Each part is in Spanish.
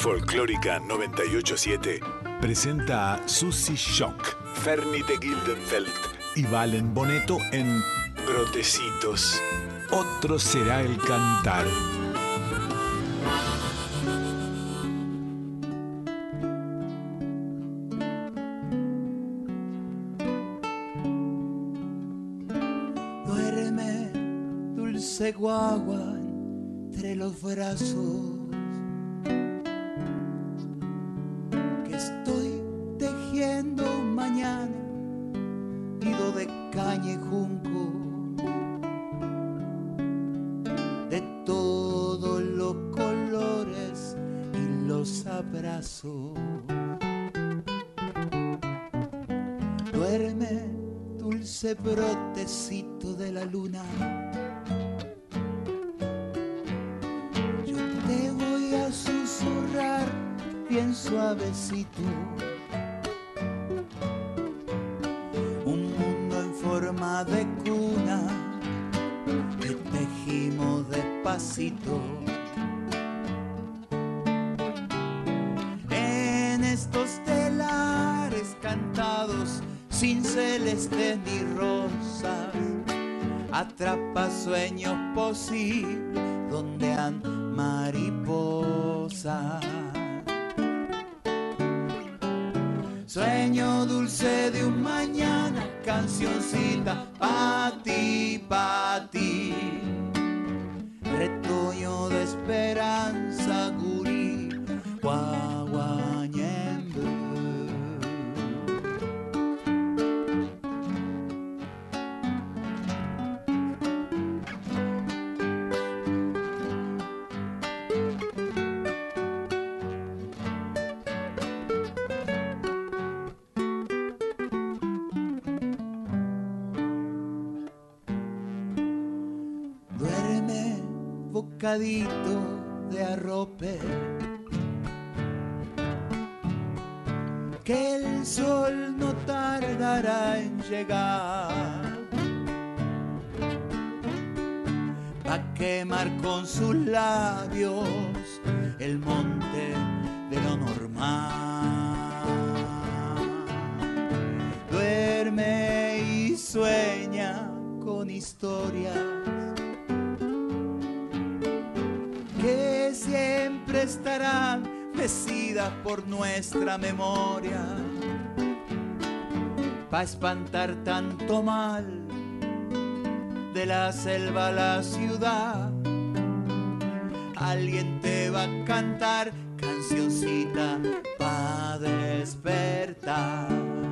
Folclórica 987 presenta a Susi Shock, Fernie de Gildenfeld y Valen Boneto en Brotecitos. Otro será el cantar. Duerme, dulce guagua, entre los brazos que estoy tejiendo mañana, nido de caña y junco, de todos los colores y los abrazos. Duerme, dulce brotecito de la luna, yo te voy a susurrar bien suavecito un mundo en forma de cuna que tejimos despacito. En estos telares cantados sin celeste ni rosas, atrapa sueños posibles donde han mariposas. Sueño dulce de un mañana, cancioncita pa' ti, retoño de esperanza, gurí, guaguañembe. Bocadito de arrope, que el sol no tardará en llegar, pa' quemar con sus labios el monte de lo normal. Duerme y sueña con historias que siempre estarán mecidas por nuestra memoria, pa' espantar tanto mal de la selva a la ciudad. Alguien te va a cantar cancioncita pa' despertar.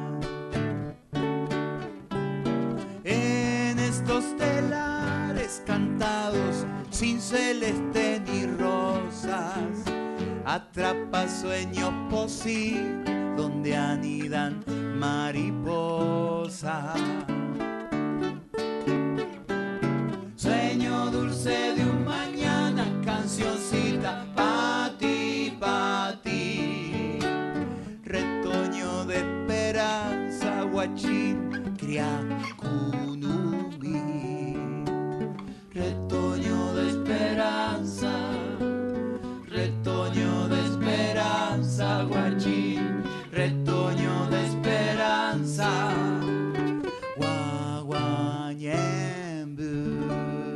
En estos telares cantados sin celeste ni rosas, atrapa sueños posibles donde anidan mariposas. Sueño dulce de un mañana, cancioncita pa' ti, retoño de esperanza, guachín, criacunumí. Retoño de esperanza, retoño de esperanza, guachín, retoño de esperanza, guaguañembu.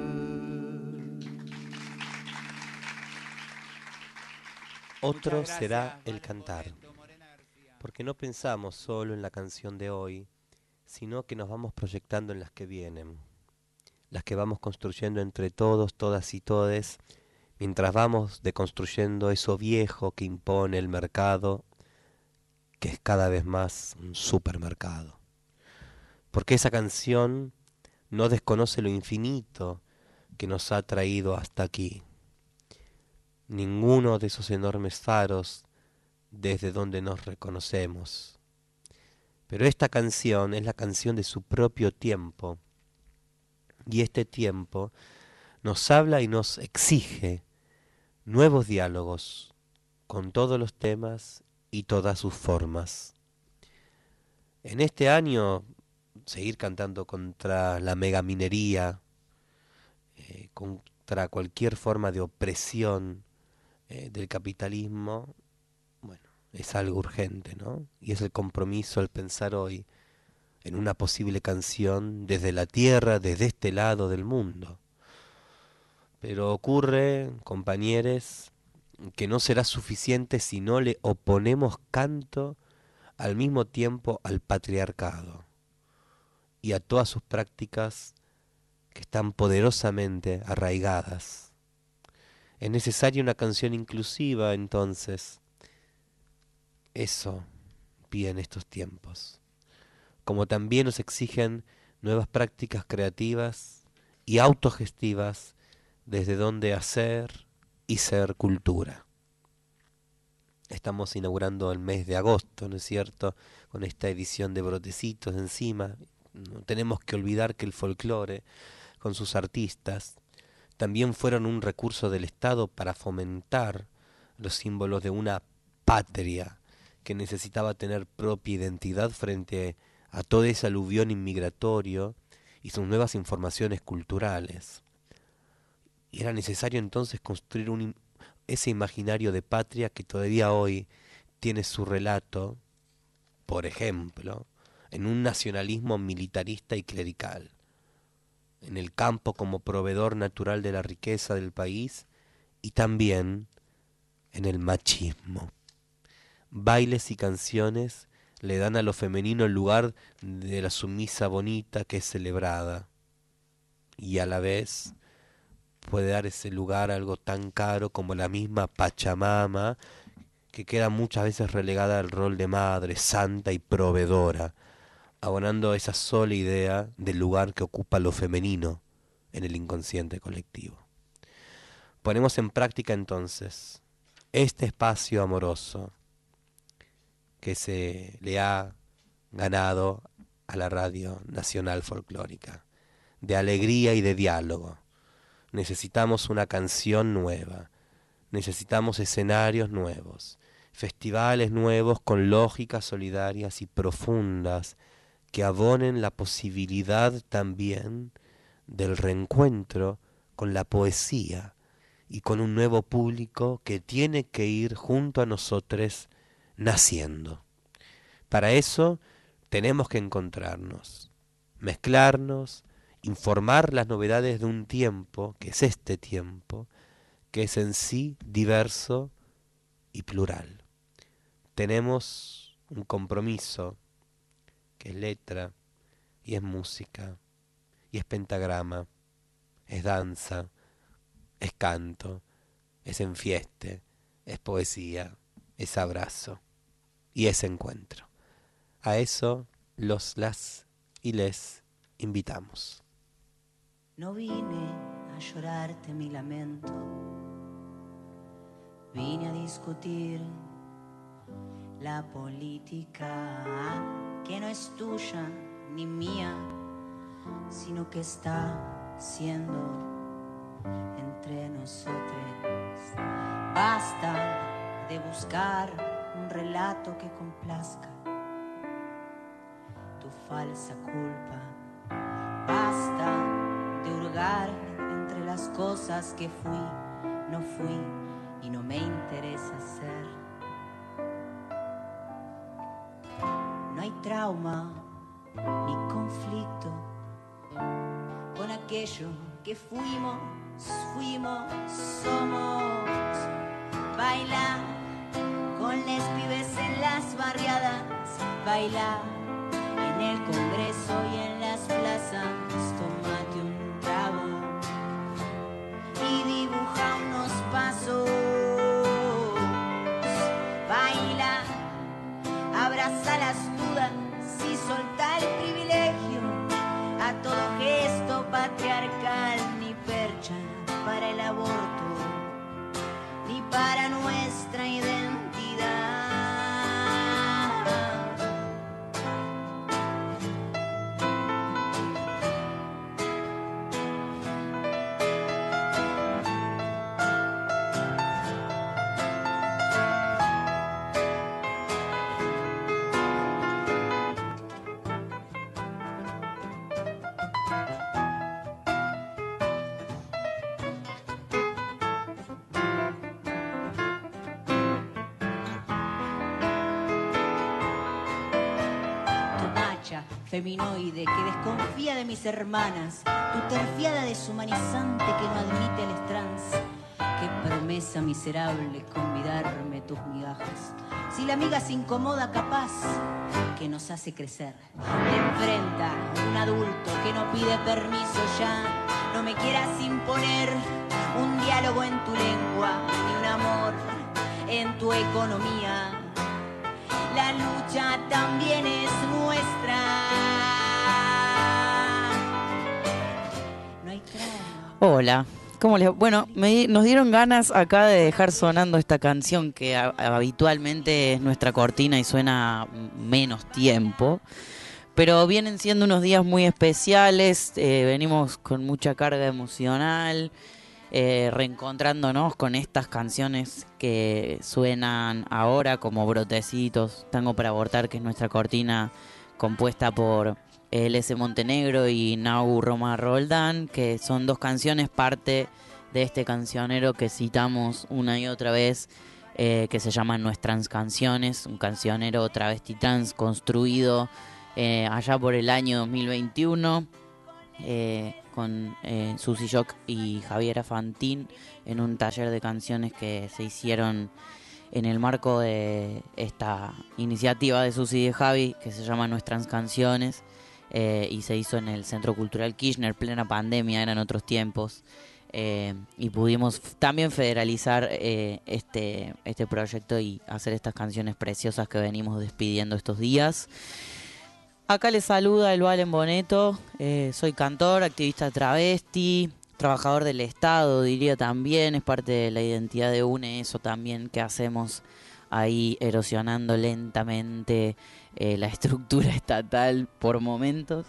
Otro será el cantar, porque no pensamos solo en la canción de hoy, sino que nos vamos proyectando en las que vienen, las que vamos construyendo entre todos, todas y todes, mientras vamos deconstruyendo eso viejo que impone el mercado, que es cada vez más un supermercado. Porque esa canción no desconoce lo infinito que nos ha traído hasta aquí. Ninguno de esos enormes faros desde donde nos reconocemos. Pero esta canción es la canción de su propio tiempo, y este tiempo nos habla y nos exige nuevos diálogos con todos los temas y todas sus formas. En este año, seguir cantando contra la megaminería, contra cualquier forma de opresión del capitalismo, es algo urgente, ¿no? Y es el compromiso, el pensar hoy en una posible canción desde la tierra, desde este lado del mundo. Pero ocurre, compañeros, que no será suficiente si no le oponemos canto al mismo tiempo al patriarcado y a todas sus prácticas que están poderosamente arraigadas. Es necesaria una canción inclusiva, entonces. Eso pide en estos tiempos. Como también nos exigen nuevas prácticas creativas y autogestivas desde donde hacer y ser cultura. Estamos inaugurando el mes de agosto, ¿no es cierto?, con esta edición de Brotecitos encima. No tenemos que olvidar que el folclore, con sus artistas, también fueron un recurso del Estado para fomentar los símbolos de una patria que necesitaba tener propia identidad frente a todo ese aluvión inmigratorio y sus nuevas informaciones culturales. Y era necesario entonces construir ese imaginario de patria que todavía hoy tiene su relato, por ejemplo, en un nacionalismo militarista y clerical, en el campo como proveedor natural de la riqueza del país y también en el machismo. Bailes y canciones le dan a lo femenino el lugar de la sumisa bonita que es celebrada y a la vez puede dar ese lugar a algo tan caro como la misma Pachamama, que queda muchas veces relegada al rol de madre, santa y proveedora, abonando esa sola idea del lugar que ocupa lo femenino en el inconsciente colectivo. Ponemos en práctica entonces este espacio amoroso que se le ha ganado a la Radio Nacional Folclórica, de alegría y de diálogo. Necesitamos una canción nueva, necesitamos escenarios nuevos, festivales nuevos con lógicas solidarias y profundas que abonen la posibilidad también del reencuentro con la poesía y con un nuevo público que tiene que ir junto a nosotros naciendo. Para eso tenemos que encontrarnos, mezclarnos, informar las novedades de un tiempo, que es este tiempo, que es en sí diverso y plural. Tenemos un compromiso que es letra y es música y es pentagrama, es danza, es canto, es enfieste, es poesía, es abrazo y es encuentro. A eso las y les invitamos. No vine a llorarte mi lamento, vine a discutir la política que no es tuya ni mía, sino que está siendo entre nosotros. Basta de buscar un relato que complazca tu falsa culpa. Basta de hurgar entre las cosas que fui, no fui y no me interesa ser. No hay trauma ni conflicto con aquello que fuimos, somos. Baila con les pibes en las barriadas, baila en el Congreso y en las plazas, tómate un trago y dibuja unos pasos. Baila, abraza las dudas y solta el privilegio a todo gesto patriarcal, ni percha para el aborto, ni para nuestra identidad. feminoide que desconfía de mis hermanas, tu terfiada deshumanizante que no admite el trans. Qué promesa miserable convidarme tus migajas. Si la amiga se incomoda, capaz que nos hace crecer. Te enfrenta un adulto que no pide permiso ya. No me quieras imponer un diálogo en tu lengua, ni un amor en tu economía. La lucha también es nuestra. No hay cráneo. Hola. ¿Cómo les... Bueno, nos dieron ganas acá de dejar sonando esta canción que habitualmente es nuestra cortina y suena menos tiempo, pero vienen siendo unos días muy especiales, venimos con mucha carga emocional, reencontrándonos con estas canciones que suenan ahora como Brotecitos, Tango para Abortar, que es nuestra cortina compuesta por L.S. Montenegro y Nau Roma Roldán, que son dos canciones parte de este cancionero que citamos una y otra vez, que se llama Nuestras Canciones, un cancionero travesti trans construido allá por el año 2021 con Susy Shock y Javiera Fantín en un taller de canciones que se hicieron en el marco de esta iniciativa de Susy y de Javi que se llama Nuestras Canciones. Y se hizo en el Centro Cultural Kirchner, plena pandemia, eran otros tiempos, y pudimos también federalizar este proyecto y hacer estas canciones preciosas que venimos despidiendo estos días. Acá les saluda el Valen Boneto, soy cantor, activista travesti, trabajador del Estado, diría también, es parte de la identidad de UNE, eso también que hacemos ahí erosionando lentamente la estructura estatal por momentos.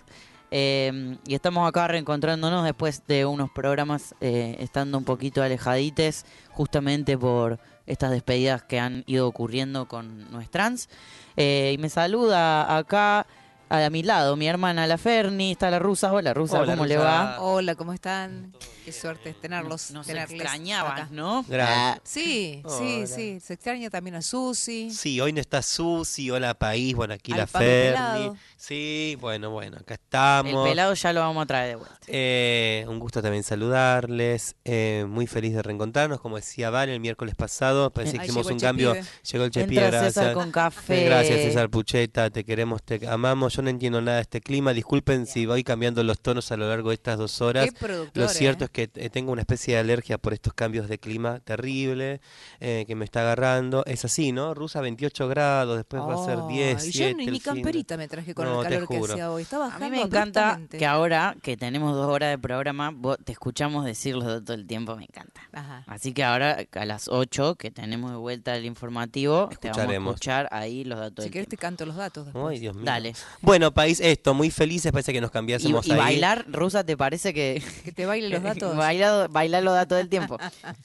Y estamos acá reencontrándonos después de unos programas estando un poquito alejadites, justamente por estas despedidas que han ido ocurriendo con Nuestrans. Y me saluda acá a mi lado mi hermana la Ferni, está la Rusa. Hola Rusa, Hola, ¿cómo Rusa. le va? Hola, ¿cómo están? Qué suerte tenerlos. Nos tenerles extrañabas, acá. ¿no? Gracias. Sí, Hola. sí. Se extraña también a Susi. Sí, hoy no está Susi, hola país, bueno, aquí Al la Pablo Ferni. Pelado. Sí, bueno, acá El estamos. pelado ya lo vamos a traer de vuelta. Un gusto también saludarles, muy feliz de reencontrarnos, como decía Val el miércoles pasado, parece que Ahí hicimos llegó el un Che cambio, Pibe. llegó el Che Pibe, Entra César gracias. con café. Gracias César Pucheta, te queremos, te amamos, yo no entiendo nada de este clima, disculpen si voy cambiando los tonos a lo largo de estas 2 horas. Qué productor, Lo cierto es que tengo una especie de alergia por estos cambios de clima terrible que me está agarrando. Es así, ¿no? Rusa 28 grados, después va a ser 10, Y 7. yo ni camperita me traje con No, el te calor que juro. hacía hoy. Está A bajando mí me encanta abruptamente. que ahora que tenemos 2 horas de programa, te escuchamos decirlo todo el tiempo, me encanta. Ajá. Así que ahora a las 8 que tenemos de vuelta el informativo, te vamos a Escucharemos. escuchar ahí los datos Si del querés te tiempo. canto los datos después. Ay, Dios mío. Dale. Bueno, país, esto, muy felices, parece que nos cambiásemos Y ahí. bailar, Rusa, ¿te parece que Que te baile los datos. bailar los datos del tiempo?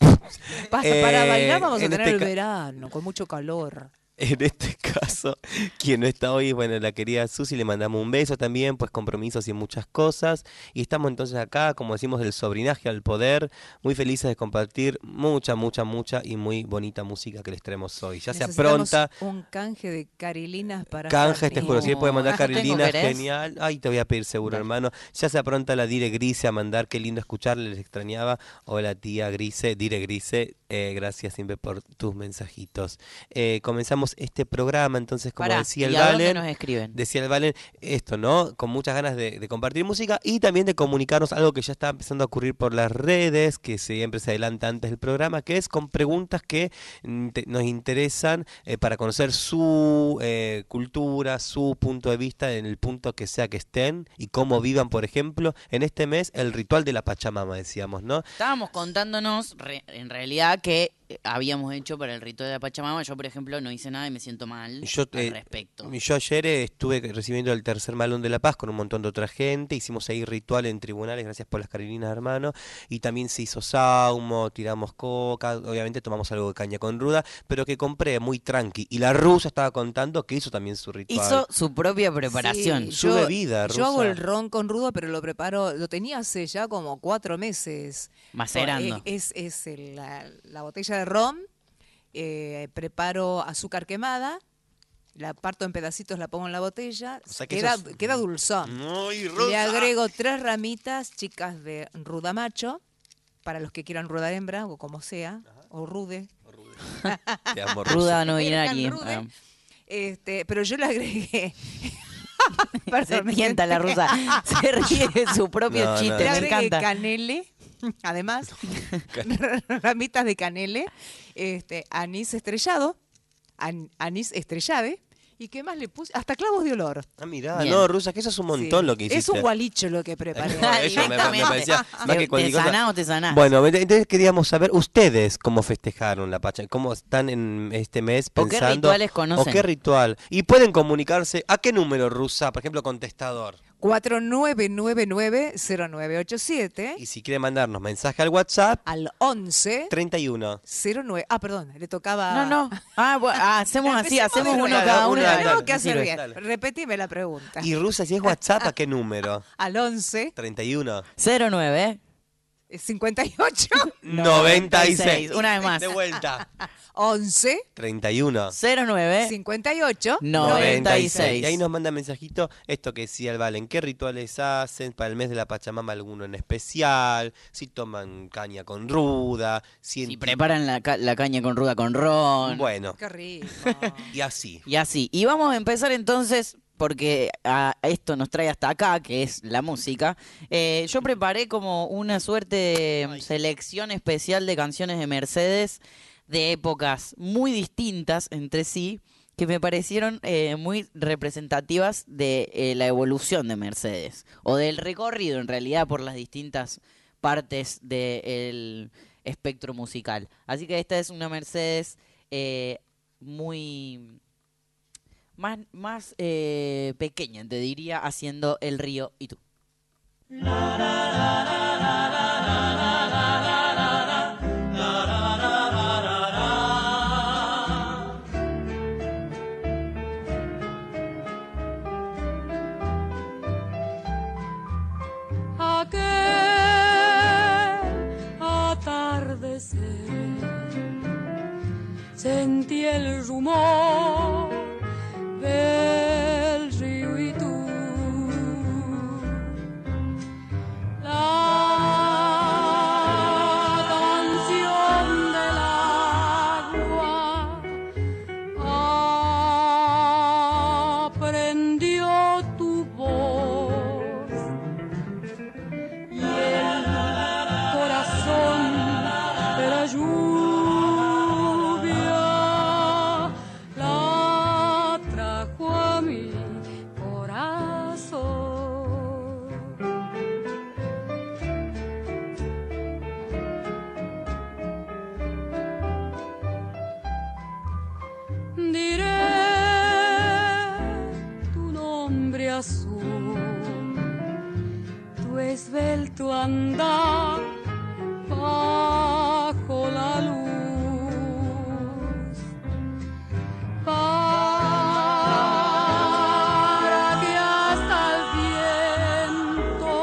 Para bailar vamos a en tener este el ca- verano, con mucho calor. En este caso, quien no está hoy, bueno, la querida Susi, le mandamos un beso también, pues compromisos y muchas cosas. Y estamos entonces acá, como decimos, del sobrinaje al poder, muy felices de compartir mucha y muy bonita música que les traemos hoy. Ya se Necesitamos apronta, un canje de carilinas para canje, te Ferni. juro, si él puede mandar ¿Tengo Carolina, querés? genial. Ay, te voy a pedir seguro, Dale. hermano. Ya se apronta la Dire Grise a mandar, qué lindo escucharle, les extrañaba. Hola tía Grise, Dire Grise, gracias siempre por tus mensajitos. Comenzamos este programa, entonces, como Pará, decía el ¿y a dónde Valen, nos escriben? decía el Valen, esto, ¿no? Con muchas ganas de compartir música y también de comunicarnos algo que ya está empezando a ocurrir por las redes, que siempre se adelanta antes del programa, que es con preguntas que nos interesan para conocer su cultura, su punto de vista en el punto que sea que estén y cómo vivan, por ejemplo, en este mes el ritual de la Pachamama, decíamos, ¿no? Estábamos contándonos, en realidad, que habíamos hecho para el ritual de la Pachamama. Yo, por ejemplo, no hice nada y me siento mal al respecto. Yo ayer estuve recibiendo el tercer Malón de la Paz con un montón de otra gente, hicimos ahí ritual en tribunales, gracias por las Carolinas, hermano, y también se hizo saumo, tiramos coca, obviamente tomamos algo de caña con ruda, pero que compré muy tranqui, y la Rusa estaba contando que hizo también su ritual. Hizo su propia preparación. Sí, Su bebida, Yo hago Rusa. el ron con ruda, pero lo preparo, lo tenía hace ya como 4 meses. Macerando. Es la botella de ron, preparo azúcar quemada, la parto en pedacitos, la pongo en la botella, O sea que queda, eso es- queda dulzón. Muy Le agrego 3 ramitas chicas de ruda macho, para los que quieran ruda hembra, o como sea, o rude. Te amo, Ruda no viene Eran aquí. rude. Ah. Pero yo le agregué... Se Perdón, tienta la rusa. Se ríe de su propio No, no. chiste. Le Me agregué encanta. canele, además, ramitas de canele, anís estrellado, anís estrellade, ¿y qué más le puse? Hasta clavos de olor. Ah, mirá, Bien. no, Rusa, que eso es un montón Sí. lo que hiciste. Es un gualicho lo que preparé. No, eso me parecía más que cualquier ¿Te cosa. sanás o te sanás? Bueno, entonces queríamos saber ustedes cómo festejaron la Pacha, cómo están en este mes ¿O qué pensando. rituales conocen? ¿O qué ritual? Y pueden comunicarse. ¿A qué número, Rusa? Por ejemplo, contestador. 4999-0987 Y si quieren mandarnos mensaje al WhatsApp, al 11 31. 09. Ah, perdón, le tocaba. No, no. Hacemos así, Empecemos hacemos de uno nuevo. cada uno. Dale, Tengo que me hacer sirve, bien. dale. Repetime la pregunta. Y Rusa, si es WhatsApp, ¿a qué número? Al 11 31. 09 58 96. Una vez más. De vuelta. 11 31. 09 58 96. Y ahí nos manda mensajito esto que decía el Valen, qué rituales hacen para el mes de la Pachamama, alguno en especial, si toman caña con ruda, Si preparan la caña con ruda con ron. Bueno, Qué rico. y así. Y así. Y vamos a empezar entonces, porque a esto nos trae hasta acá, que es la música. Yo preparé como una suerte de selección especial de canciones de Mercedes de épocas muy distintas entre sí, que me parecieron muy representativas de la evolución de Mercedes, o del recorrido en realidad por las distintas partes del espectro musical. Así que esta es una Mercedes muy... más pequeña, te diría, haciendo El río y tú. Aquel atardecer sentí el rumor del río y tú. La canción del agua aprendió tu voz y el corazón de la lluvia la trajo a mi corazón. Diré tu nombre azul, tu esbelto andar bajo la luz, para que hasta el viento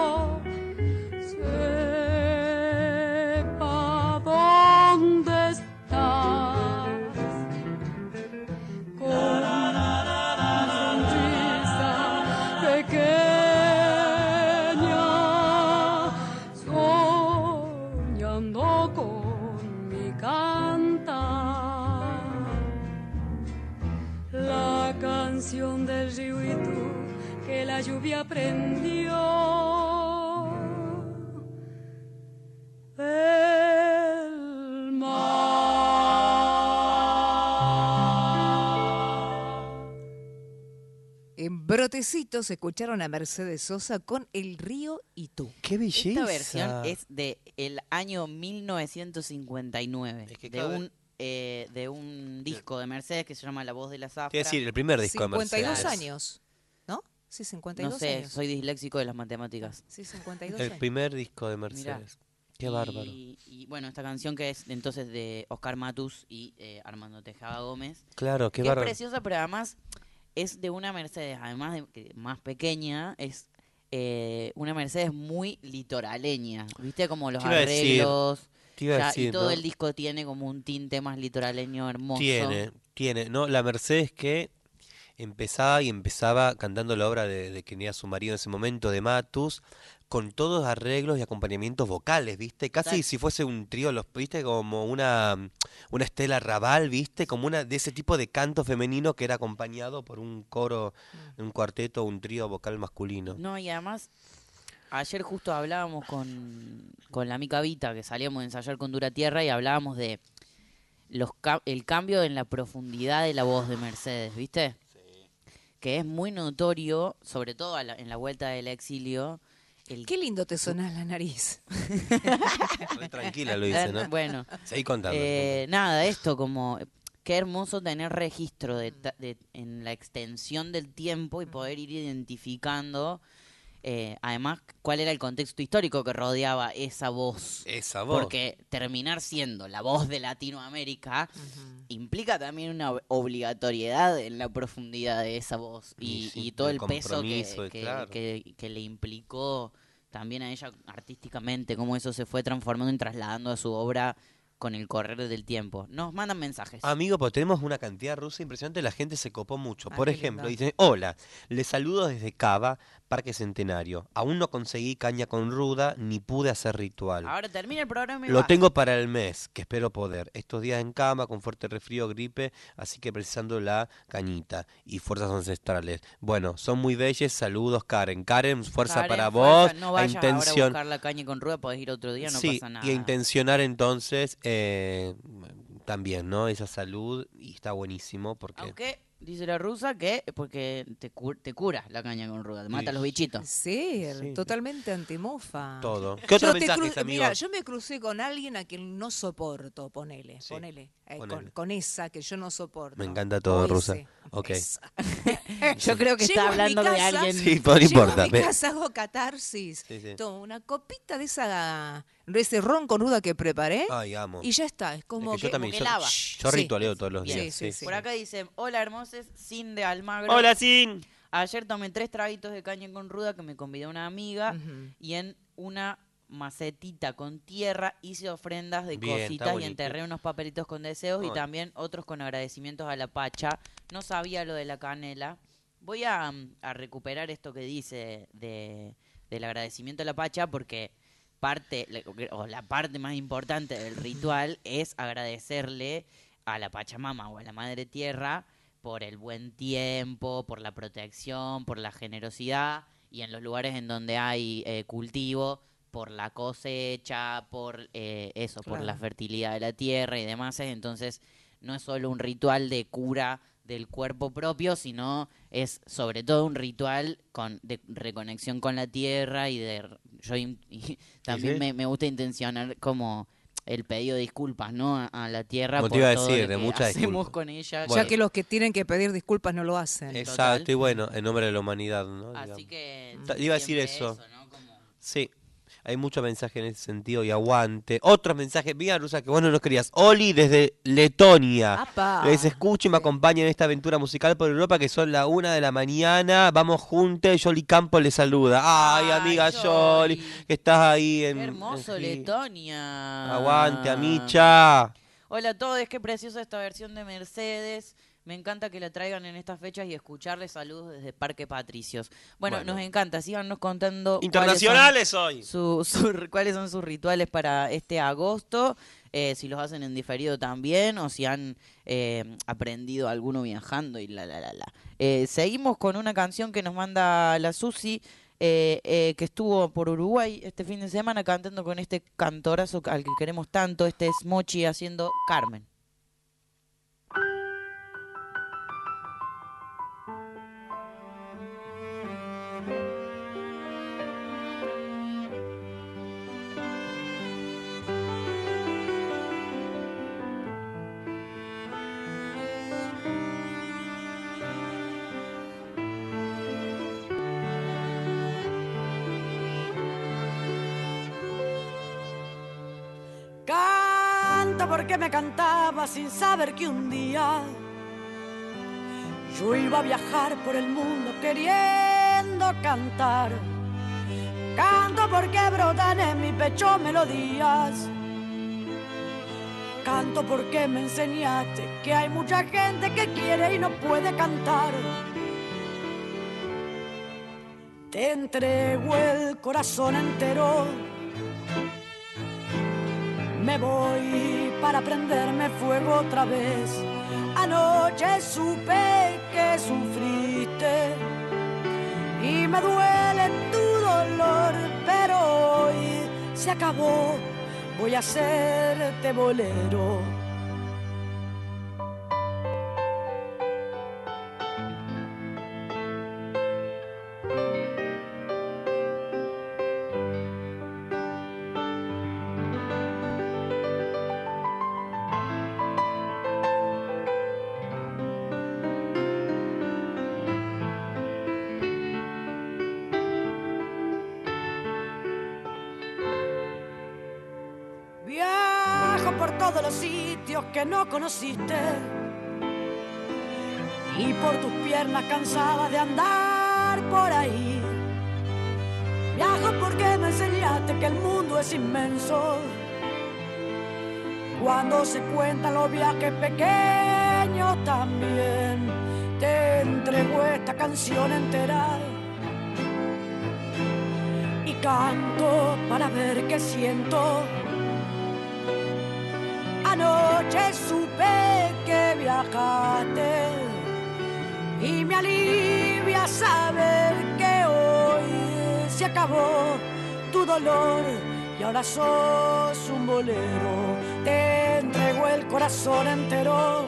sepa dónde estás. Con sonrisa pequeña, soñando con mi cantar. La canción del río y tú, que la lluvia prendió. El mar. En Brotecitos escucharon a Mercedes Sosa con El río y tú. ¡Qué belleza! Esta versión es de el año 1959, Es que cada de un disco de Mercedes que se llama La voz de la zafra. Quiero decir, el primer disco de 52 Mercedes. años, ¿no? Sí, 52 No sé, años. soy disléxico de las matemáticas. Sí, 52 El años. primer disco de Mercedes. Qué bárbaro. Y bueno, esta canción que es entonces de Oscar Matus y Armando Tejada Gómez. Claro, qué que es bárbaro. preciosa, pero además es de una Mercedes, además de que más pequeña, es una Mercedes muy litoraleña. ¿Viste? Como los Te iba a decir, arreglos. Te iba a Ya, decir, y todo ¿no? el disco tiene como un tinte más litoraleño hermoso. Tiene, ¿no? La Mercedes que empezaba cantando la obra de quien era su marido en ese momento, de Matus, con todos arreglos y acompañamientos vocales, ¿viste? Casi Exacto. si fuese un trío, ¿viste? Como una Estela Raval, ¿viste? Como una de ese tipo de canto femenino que era acompañado por un coro, un cuarteto, un trío vocal masculino. No, y además, ayer justo hablábamos con la amiga Vita, que salíamos a ensayar con Dura Tierra, y hablábamos de el cambio en la profundidad de la voz de Mercedes, ¿viste? Que es muy notorio, sobre todo en la vuelta del exilio. Qué lindo te sonás la nariz. Tranquila lo dice, ¿no? Bueno, Seguí contando. nada, esto como qué hermoso tener registro en la extensión del tiempo y poder ir identificando, además, cuál era el contexto histórico que rodeaba esa voz. Esa voz. Porque terminar siendo la voz de Latinoamérica implica también una obligatoriedad en la profundidad de esa voz y todo el peso claro. que le implicó también a ella artísticamente, cómo eso se fue transformando y trasladando a su obra con el correr del tiempo. Nos mandan mensajes. Amigo, pues tenemos una cantidad rusa impresionante, la gente se copó mucho. Por qué ejemplo, lindo. dicen, hola, les saludo desde Cava, Parque Centenario. Aún no conseguí caña con ruda, ni pude hacer ritual. Ahora termina el programa y Lo va. tengo para el mes, que espero poder. Estos días en cama, con fuerte resfrío, gripe, así que precisando la cañita y fuerzas ancestrales. Bueno, son muy bellas, saludos Karen. Karen, fuerza Karen, para fuerza, vos. no a vayas ahora a intención. buscar la caña con rueda, podés ir otro día, no Sí, pasa nada. y a intencionar entonces también, ¿no? Esa salud, y está buenísimo porque... Aunque dice la rusa que porque te cura la caña con rueda, te mata a los bichitos. Sí, Sí. totalmente antimofa. Todo. ¿Qué otros Yo mensajes, amigo? Mira, yo me crucé con alguien a quien no soporto, ponele. Ponele. Con esa que yo no soporto. Me encanta todo, O Rusa. ese, Ok. esa. Yo creo que Llego está a mi hablando de casa, alguien. Sí, no Llego importa. a mi ve. casa, hago catarsis. Sí, sí. Tomo una copita de ese ron con ruda que preparé Ay, amo. y ya está. Es como Es que yo también, como que lava. yo Sí. ritualeo todos los Bien. días. Sí, sí, Por acá dice, hola hermosos, Sin de Almagro. Hola, Sin. Ayer tomé 3 traguitos de caña con ruda que me convidó una amiga Ujú. y en una macetita con tierra hice ofrendas de Bien, está cositas y bonito. enterré unos papelitos con deseos y Ay. también otros con agradecimientos a la Pacha. No sabía lo de la canela. Voy a recuperar esto que dice del agradecimiento a la Pacha porque la parte más importante del ritual es agradecerle a la Pachamama o a la Madre Tierra por el buen tiempo, por la protección, por la generosidad y en los lugares en donde hay cultivo, por la cosecha, por por la Claro. fertilidad de la tierra y demás. Entonces no es solo un ritual de cura del cuerpo propio, sino es sobre todo un ritual de reconexión con la tierra y también sí. me gusta intencionar como el pedido de disculpas, ¿no? A la tierra Como por te iba a todo decir, lo de que muchas hacemos disculpas. con ella. Bueno. Ya que los que tienen que pedir disculpas no lo hacen. Exacto, y bueno, en nombre de la humanidad, ¿no? Así Digamos. que Iba a decir siempre eso. ¿no? Como Sí, hay mucho mensaje en ese sentido y aguante. Otros mensajes, mira, Rusa, que vos no los querías. Oli desde Letonia. ¡Apa! Les escucho y me acompañan en esta aventura musical por Europa, que son la 1 de la mañana. Vamos juntos, Yoli Campos les saluda. Ay, amiga Yoli, que estás ahí en... qué hermoso en- Letonia. Aguante, Amicha. Hola a todos, qué preciosa esta versión de Mercedes. Me encanta que la traigan en estas fechas y escucharles. Saludos desde Parque Patricios. Bueno, Bueno. nos encanta, síganos contando Internacionales hoy. cuáles son sus rituales para este agosto, si los hacen en diferido también o si han aprendido alguno viajando y la. Seguimos con una canción que nos manda la Susi, que estuvo por Uruguay este fin de semana cantando con este cantorazo al que queremos tanto. Este es Mochi haciendo Carmen. Canta porque me cantaba sin saber que un día yo iba a viajar por el mundo queriendo cantar. Canto porque brotan en mi pecho melodías. Canto porque me enseñaste que hay mucha gente que quiere y no puede cantar. te entrego el corazón entero. Me voy para prenderme fuego otra vez. Anoche supe que sufriste y me duele tu dolor, pero hoy se acabó, voy a hacerte bolero. Viajo por todos los sitios que no conociste y por tus piernas cansadas de andar por ahí. Viajo porque me enseñaste que el mundo es inmenso. Cuando se cuentan los viajes pequeños también, te entrego esta canción entera y canto para ver qué siento. Anoche supe que viajaste y me alivia saber que hoy se acabó tu dolor y ahora sos un bolero. Te entrego el corazón entero.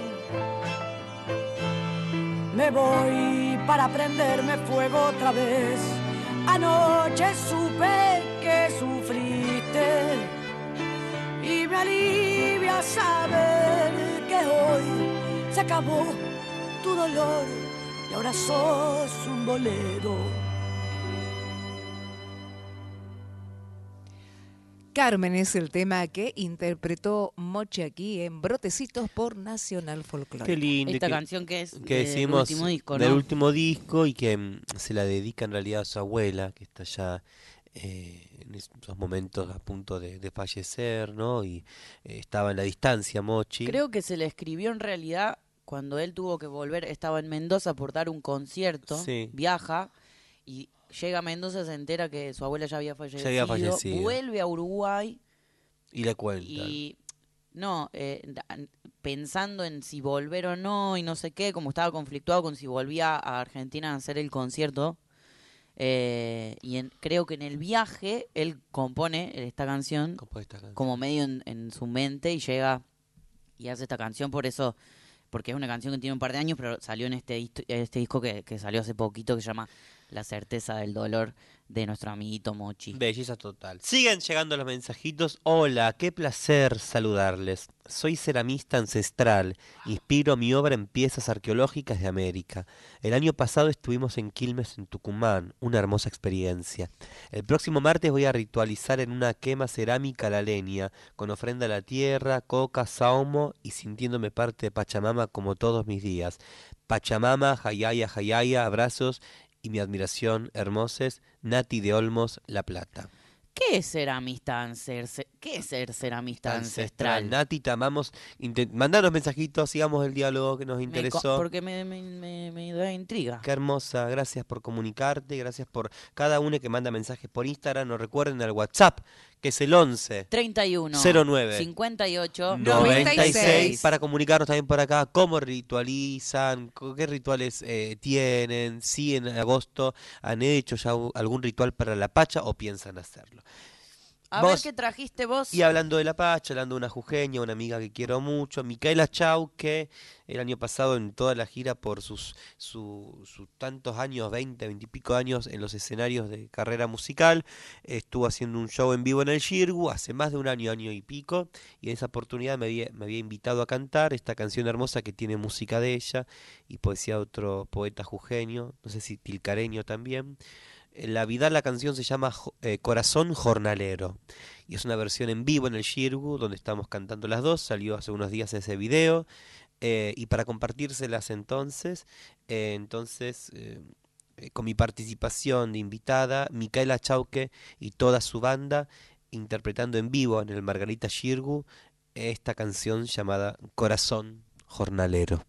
Me voy para prenderme fuego otra vez. Anoche supe que sufriste y me alivia saber que hoy se acabó tu dolor y ahora sos un bolero. Carmen es el tema que interpretó Mochi aquí en Brotecitos por Nacional Folclórica. Qué lindo. Esta canción que es que del decimos último disco, del ¿no? último disco y que se la dedica en realidad a su abuela, que está ya en esos momentos a punto de fallecer, ¿no? Y estaba en la distancia, Mochi. Creo que se le escribió en realidad cuando él tuvo que volver, estaba en Mendoza por dar un concierto, Sí. viaja y llega a Mendoza, se entera que su abuela ya había fallecido, vuelve a Uruguay y le cuenta. y no, pensando en si volver o no y no sé qué, como estaba conflictuado con si volvía a Argentina a hacer el concierto, creo que en el viaje él compone esta canción como medio en su mente y llega y hace esta canción por eso, porque es una canción que tiene un par de años, pero salió en este disco que salió hace poquito, que se llama La certeza del dolor, de nuestro amiguito Mochi. Belleza total. Siguen llegando los mensajitos. Hola, qué placer saludarles. Soy ceramista ancestral. Inspiro mi obra en piezas arqueológicas de América. El año pasado estuvimos en Quilmes, en Tucumán. Una hermosa experiencia. El próximo martes voy a ritualizar en una quema cerámica la leña, con ofrenda a la tierra, coca, saumo y sintiéndome parte de Pachamama como todos mis días. Pachamama, Jayaya, abrazos y mi admiración, hermoses, Nati de Olmos, La Plata. ¿Qué es ceramista ancestral? ¿Qué es ser ceramista ancestral? Nati, te amamos. Mandanos mensajitos, sigamos el diálogo que nos interesó. Porque me da intriga. Qué hermosa, gracias por comunicarte, gracias por cada uno que manda mensajes por Instagram. Nos recuerden al WhatsApp, que es el 11 31 09 58 96 para comunicarnos también por acá cómo ritualizan, qué rituales tienen, si en agosto han hecho ya algún ritual para la Pacha o piensan hacerlo. A ver qué trajiste vos. Y hablando de la Pacha, hablando de una jujeña, una amiga que quiero mucho, Micaela Chau, que el año pasado en toda la gira por sus tantos años, 20 y pico años en los escenarios de carrera musical, estuvo haciendo un show en vivo en el Xirgu hace más de un año y pico, y en esa oportunidad me había invitado a cantar esta canción hermosa que tiene música de ella y poesía de otro poeta jujeño, no sé si tilcareño también. La canción se llama Corazón Jornalero y es una versión en vivo en el Xirgu donde estamos cantando las dos. Salió hace unos días ese video y para compartírselas entonces con mi participación de invitada, Micaela Chauque y toda su banda interpretando en vivo en el Margarita Xirgu esta canción llamada Corazón Jornalero.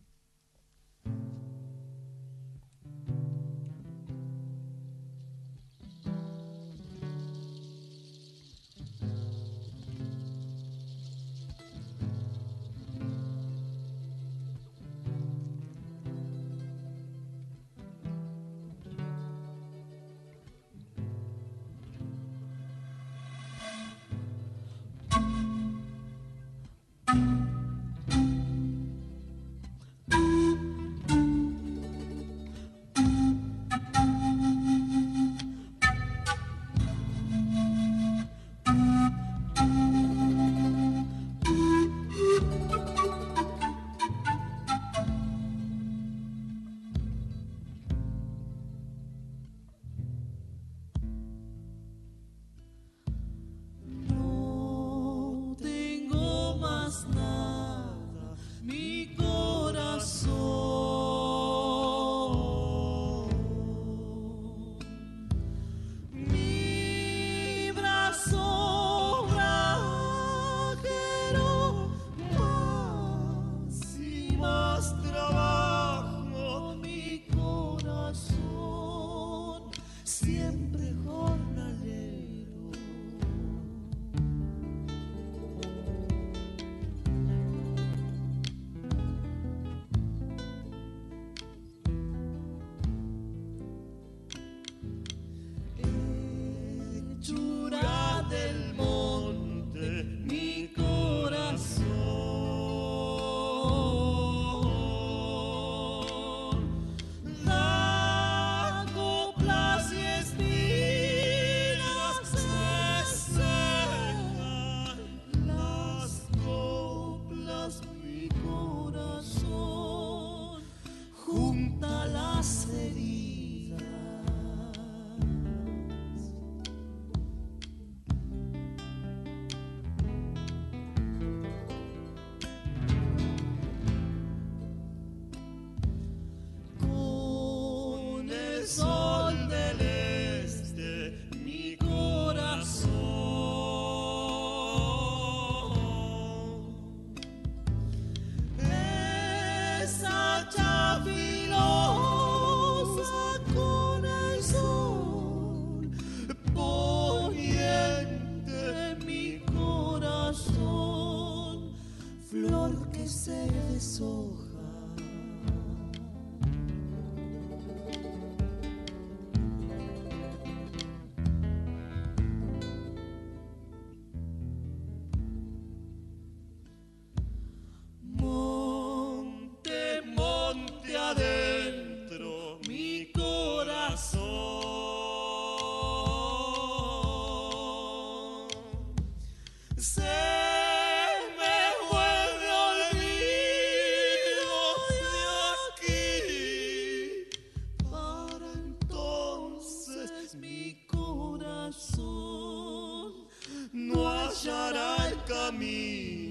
flor que se deshoja. Monte, monte adentro, mi corazón se me vuelve olvido de aquí. Para entonces mi corazón no hallará el camino.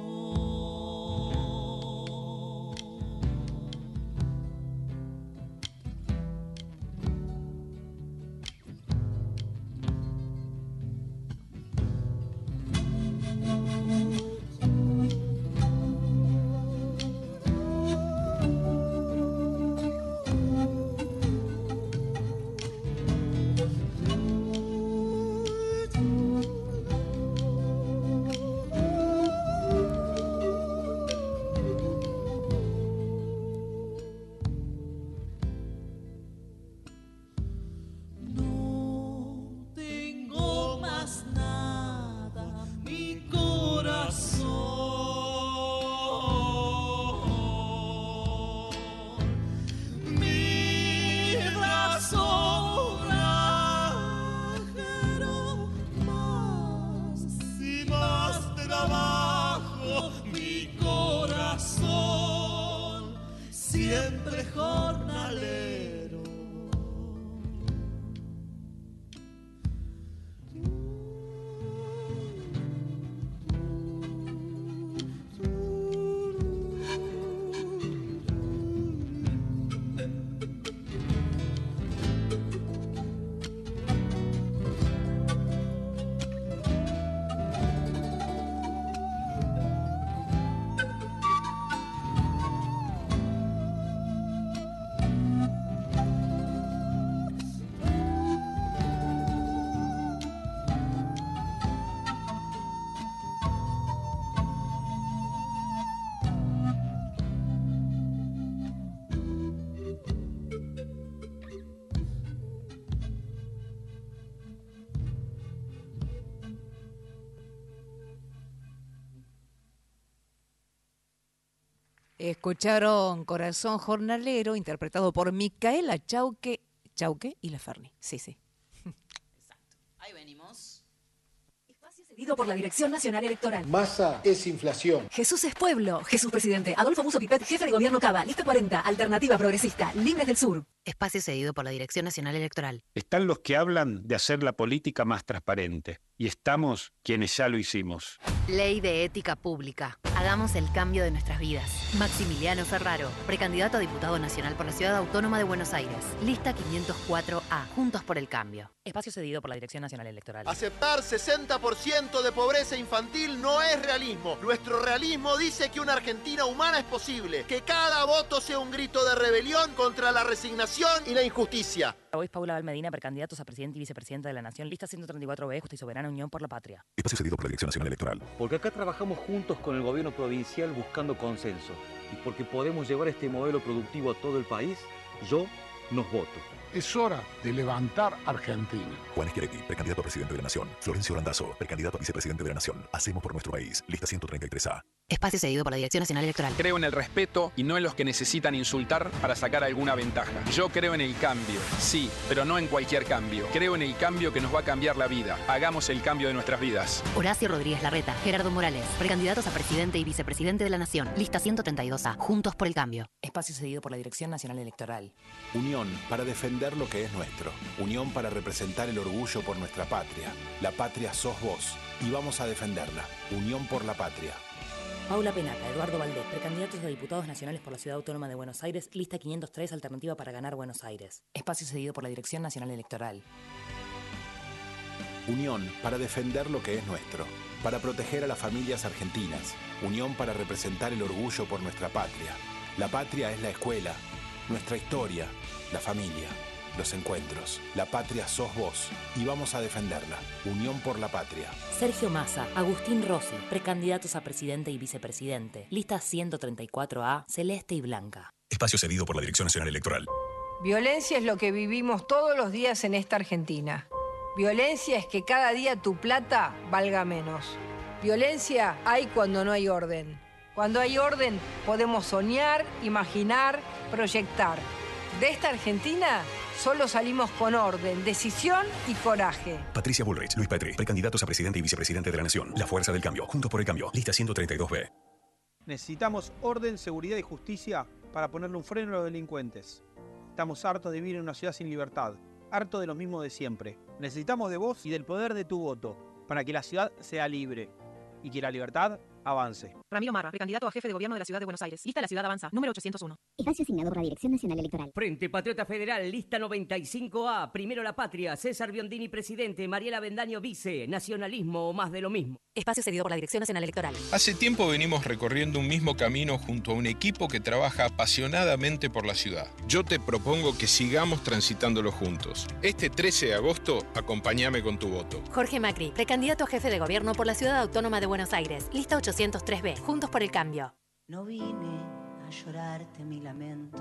Siempre jornalero. Escucharon Corazón Jornalero, interpretado por Micaela Chauque y La Ferni. Sí, sí. Exacto. Ahí venimos. Espacio cedido por la Dirección Nacional Electoral. Masa es inflación. Jesús es pueblo. Jesús presidente. Adolfo Musso Pipet, jefe de gobierno Cava. Lista 40, Alternativa Progresista. Libres del Sur. Espacio cedido por la Dirección Nacional Electoral. Están los que hablan de hacer la política más transparente. Y estamos quienes ya lo hicimos. Ley de Ética Pública. Hagamos el cambio de nuestras vidas. Maximiliano Ferraro, precandidato a diputado nacional por la Ciudad Autónoma de Buenos Aires. Lista 504A. Juntos por el Cambio. Espacio cedido por la Dirección Nacional Electoral. Aceptar 60% de pobreza infantil no es realismo. Nuestro realismo dice que una Argentina humana es posible. Que cada voto sea un grito de rebelión contra la resignación y la injusticia. Hoy es Paula Valmedina, precandidatos a presidente y vicepresidenta de la Nación. Lista 134B, Justa y Soberana Unión por la Patria. Espacio cedido por la Dirección Nacional Electoral. Porque acá trabajamos juntos con el gobierno provincial buscando consenso. Y porque podemos llevar este modelo productivo a todo el país, yo nos voto. Es hora de levantar Argentina. Juan Schiaretti, precandidato a presidente de la Nación. Florencio Randazzo, precandidato a vicepresidente de la Nación. Hacemos por nuestro país. Lista 133A. Espacio cedido por la Dirección Nacional Electoral. Creo en el respeto y no en los que necesitan insultar para sacar alguna ventaja. Yo creo en el cambio, sí, pero no en cualquier cambio. Creo en el cambio que nos va a cambiar la vida. Hagamos el cambio de nuestras vidas. Horacio Rodríguez Larreta, Gerardo Morales, precandidatos a presidente y vicepresidente de la Nación. Lista 132A. Juntos por el Cambio. Espacio cedido por la Dirección Nacional Electoral. Unión para defender lo que es nuestro. Unión para representar el orgullo por nuestra patria. La patria sos vos y vamos a defenderla. Unión por la patria. Paula Penaca, Eduardo Valdés, precandidatos a diputados nacionales por la Ciudad Autónoma de Buenos Aires. Lista 503, Alternativa para ganar Buenos Aires. Espacio cedido por la Dirección Nacional Electoral. Unión para defender lo que es nuestro. Para proteger a las familias argentinas. Unión para representar el orgullo por nuestra patria. La patria es la escuela, nuestra historia, la familia. los encuentros. La patria sos vos y vamos a defenderla. Unión por la patria. Sergio Massa, Agustín Rossi, precandidatos a presidente y vicepresidente. Lista 134A, celeste y blanca. Espacio cedido por la Dirección Nacional Electoral. Violencia es lo que vivimos todos los días en esta Argentina. Violencia es que cada día tu plata valga menos. Violencia hay cuando no hay orden. Cuando hay orden podemos soñar, imaginar, proyectar. De esta Argentina solo salimos con orden, decisión y coraje. Patricia Bullrich, Luis Petri, precandidatos a presidente y vicepresidente de la Nación. La fuerza del cambio. Juntos por el cambio. Lista 132B. Necesitamos orden, seguridad y justicia para ponerle un freno a los delincuentes. Estamos hartos de vivir en una ciudad sin libertad, hartos de lo mismo de siempre. Necesitamos de vos y del poder de tu voto para que la ciudad sea libre y que la libertad avance. Ramiro Marra, precandidato a jefe de gobierno de la Ciudad de Buenos Aires. Lista La Ciudad Avanza, número 801. Espacio asignado por la Dirección Nacional Electoral. Frente Patriota Federal, lista 95A. Primero la patria. César Biondini, presidente. Mariela Bendaño, vice. Nacionalismo o más de lo mismo. Espacio cedido por la Dirección Nacional Electoral. Hace tiempo venimos recorriendo un mismo camino junto a un equipo que trabaja apasionadamente por la ciudad. Yo te propongo que sigamos transitándolo juntos. Este 13 de agosto, acompáñame con tu voto. Jorge Macri, precandidato a jefe de gobierno por la Ciudad Autónoma de Buenos Aires. Lista 803B. Juntos por el cambio. No vine a llorarte mi lamento,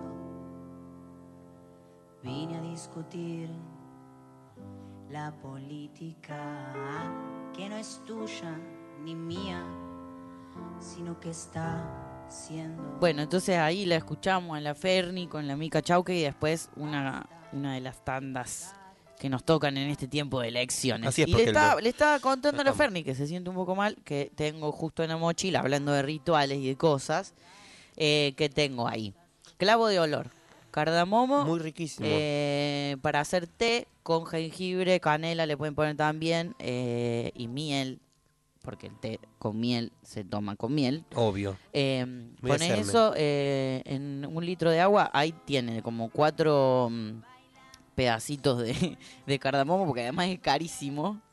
vine a discutir la política que no es tuya ni mía, sino que está siendo... Bueno, entonces ahí la escuchamos a la Ferni con la Mica Chauque y después una de las tandas que nos tocan en este tiempo de elecciones. Así es, y porque le estaba contando a la Ferni que se siente un poco mal, que tengo justo en la mochila, hablando de rituales y de cosas, que tengo ahí. Clavo de olor, cardamomo. Muy riquísimo. Para hacer té con jengibre, canela le pueden poner también, y miel, porque el té con miel se toma con miel. Obvio. Pones eso en 1 litro de agua, ahí tiene como 4... pedacitos de cardamomo, porque además es carísimo,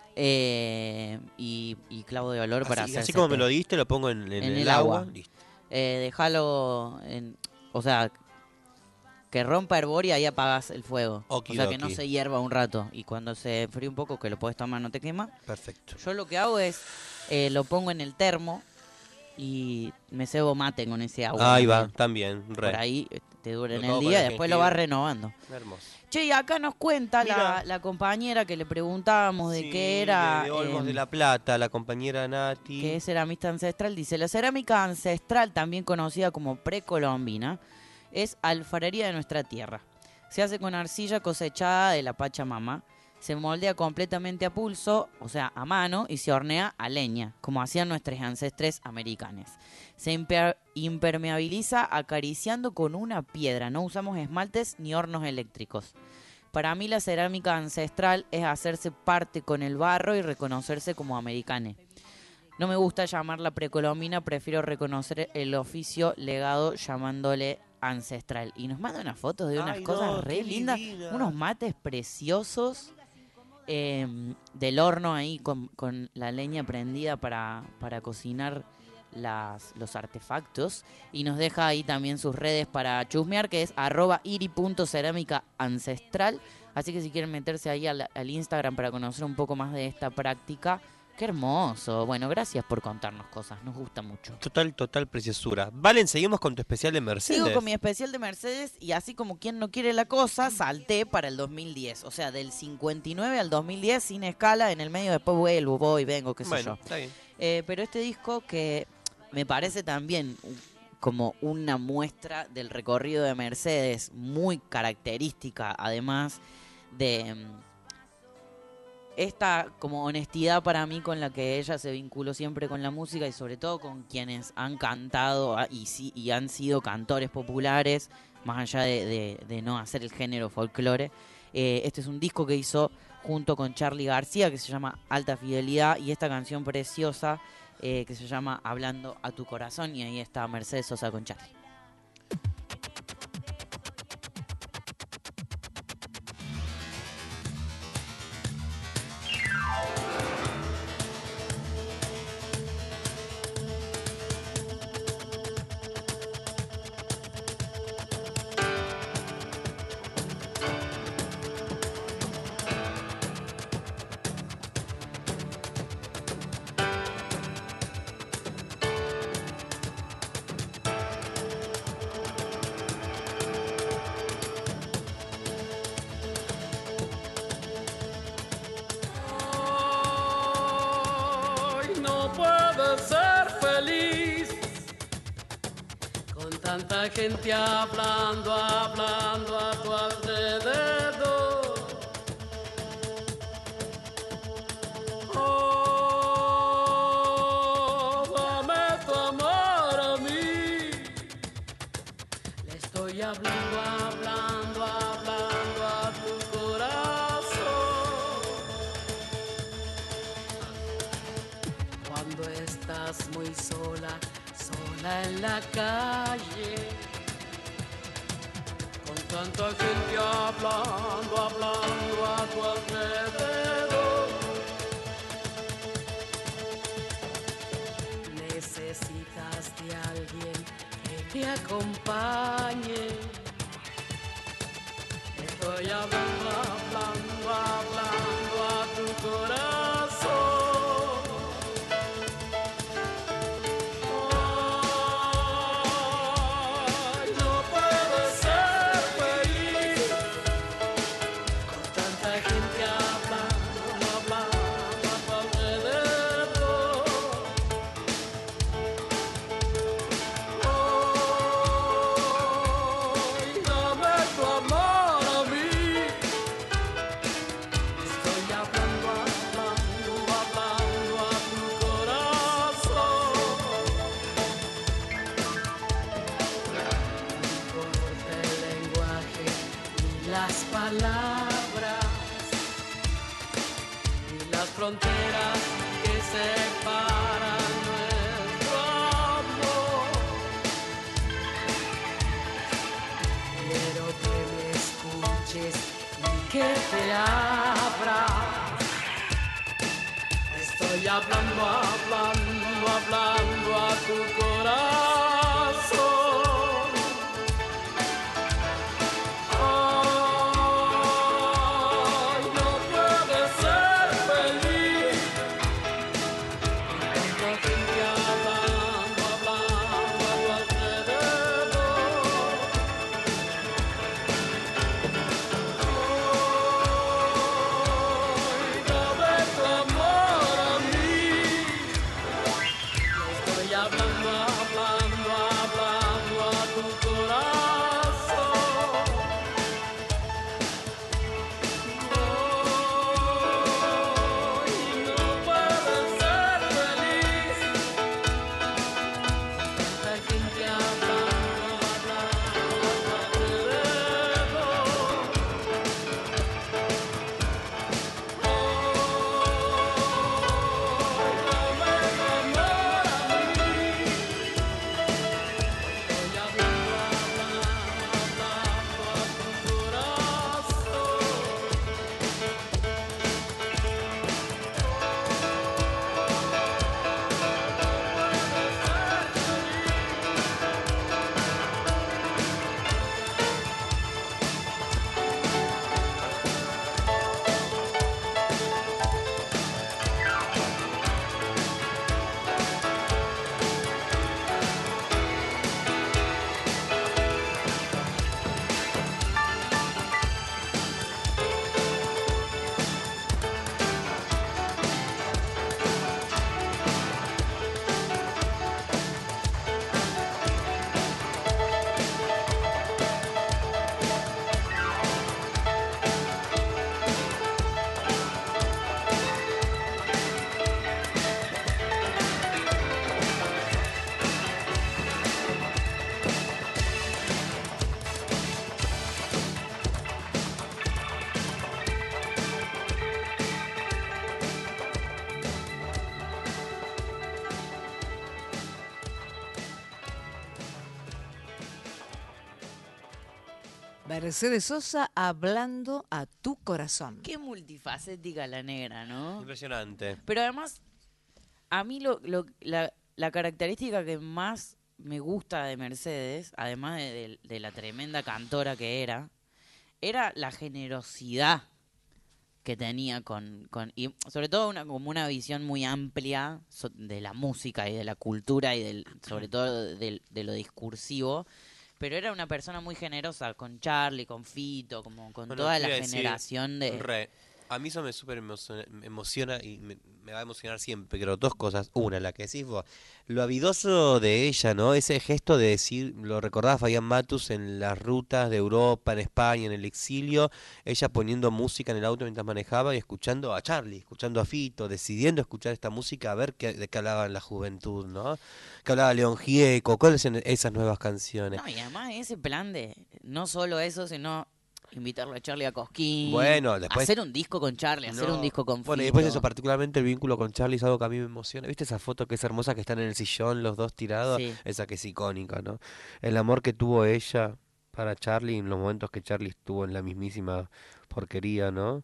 y clavo de olor para hacer. Así como me lo diste, lo pongo en el agua. Déjalo, o sea, que rompa hervor y ahí apagas el fuego. O sea, que no se hierva un rato. Y cuando se enfríe un poco, que lo puedes tomar, no te quema. Perfecto. Yo lo que hago es, lo pongo en el termo y me cebo mate con ese agua. Ahí va, también. Por ahí te dura en el día y después lo vas renovando. Hermoso. Che, y acá nos cuenta la compañera que le preguntábamos de qué era... de Olmos de la Plata, la compañera Nati. Que es ceramista ancestral. Dice, la cerámica ancestral, también conocida como precolombina, es alfarería de nuestra tierra. Se hace con arcilla cosechada de la Pachamama. Se moldea completamente a pulso, o sea, a mano, y se hornea a leña, como hacían nuestros ancestres americanos. Se impermeabiliza acariciando con una piedra. No usamos esmaltes ni hornos eléctricos. Para mí la cerámica ancestral es hacerse parte con el barro y reconocerse como americane. No me gusta llamarla precolombina, prefiero reconocer el oficio legado llamándole ancestral. Y nos manda unas fotos de unas cosas re lindas, unos mates preciosos. Del horno ahí con la leña prendida para cocinar los artefactos, y nos deja ahí también sus redes para chusmear, que es @iri.cerámicaancestral. Así que si quieren meterse ahí al Instagram para conocer un poco más de esta práctica. Qué hermoso. Bueno, gracias por contarnos cosas, nos gusta mucho. Total preciosura. Valen, seguimos con tu especial de Mercedes. Sigo con mi especial de Mercedes, y así como quien no quiere la cosa, salté para el 2010. O sea, del 59 al 2010 sin escala, en el medio después vuelvo, voy, vengo, qué sé yo. Está bien. Pero este disco que me parece también como una muestra del recorrido de Mercedes, muy característica además de... esta como honestidad para mí con la que ella se vinculó siempre con la música, y sobre todo con quienes han cantado y han sido cantores populares, más allá de no hacer el género folclore. Este es un disco que hizo junto con Charly García, que se llama Alta Fidelidad, y esta canción preciosa que se llama Hablando a tu corazón, y ahí está Mercedes Sosa con Charly. tanta gente hablando, hablando a tu alrededor. Oh, dame tu amor a mí. Le estoy hablando, hablando, hablando a tu corazón. Cuando estás muy sola, sola en la calle, con tanta gente hablando, hablando a tu alrededor. Necesitas de alguien que te acompañe. Estoy hablando, hablando, hablando a tu corazón. Ay, no puedo ser feliz con tanta gente hablando, hablando a tu alrededor. Ay, dame tu amor a mí. Estoy hablando, hablando, hablando a tu corazón. No importa el lenguaje ni las palabras ni las fronteras que separan nuestro amor. Quiero que me escuches y que te abras. Estoy hablando, hablando, hablando a tu corazón. Ay, no puedes ser feliz con tanta gente hablando, hablando a tu alrededor. Ay, dame tu amor a mí. Estoy hablando, hablando, hablando a tu corazón. Ay, no puedes ser feliz. Tanta gente hablando, hablando a tu alrededor. Mercedes Sosa, hablando a tu corazón. Qué multifacética la negra, ¿no? Impresionante. Pero además, a mí la característica que más me gusta de Mercedes, además de la tremenda cantora que era la generosidad que tenía y sobre todo como una visión muy amplia de la música y de la cultura y sobre todo de lo discursivo. Pero era una persona muy generosa con Charlie, con Fito, como con toda la generación de... A mí eso me súper emociona y me va a emocionar siempre, creo, dos cosas. Una, la que decís vos, lo habilidoso de ella, ¿no? Ese gesto de decir, lo recordaba Fabián Matus en las rutas de Europa, en España, en el exilio, ella poniendo música en el auto mientras manejaba y escuchando a Charlie, escuchando a Fito, decidiendo escuchar esta música, a ver de qué hablaba la juventud, ¿no? Que hablaba León Gieco, cuáles son esas nuevas canciones. No, y además ese plan de no solo eso, sino invitarlo a Charlie a Cosquín, Bueno, después hacer un disco con Charlie, hacer un disco con Fito. Bueno, y después eso, particularmente el vínculo con Charlie es algo que a mí me emociona. ¿Viste esa foto que es hermosa que están en el sillón los dos tirados? Sí. Esa que es icónica, ¿no? El amor que tuvo ella para Charlie en los momentos que Charlie estuvo en la mismísima porquería, ¿no?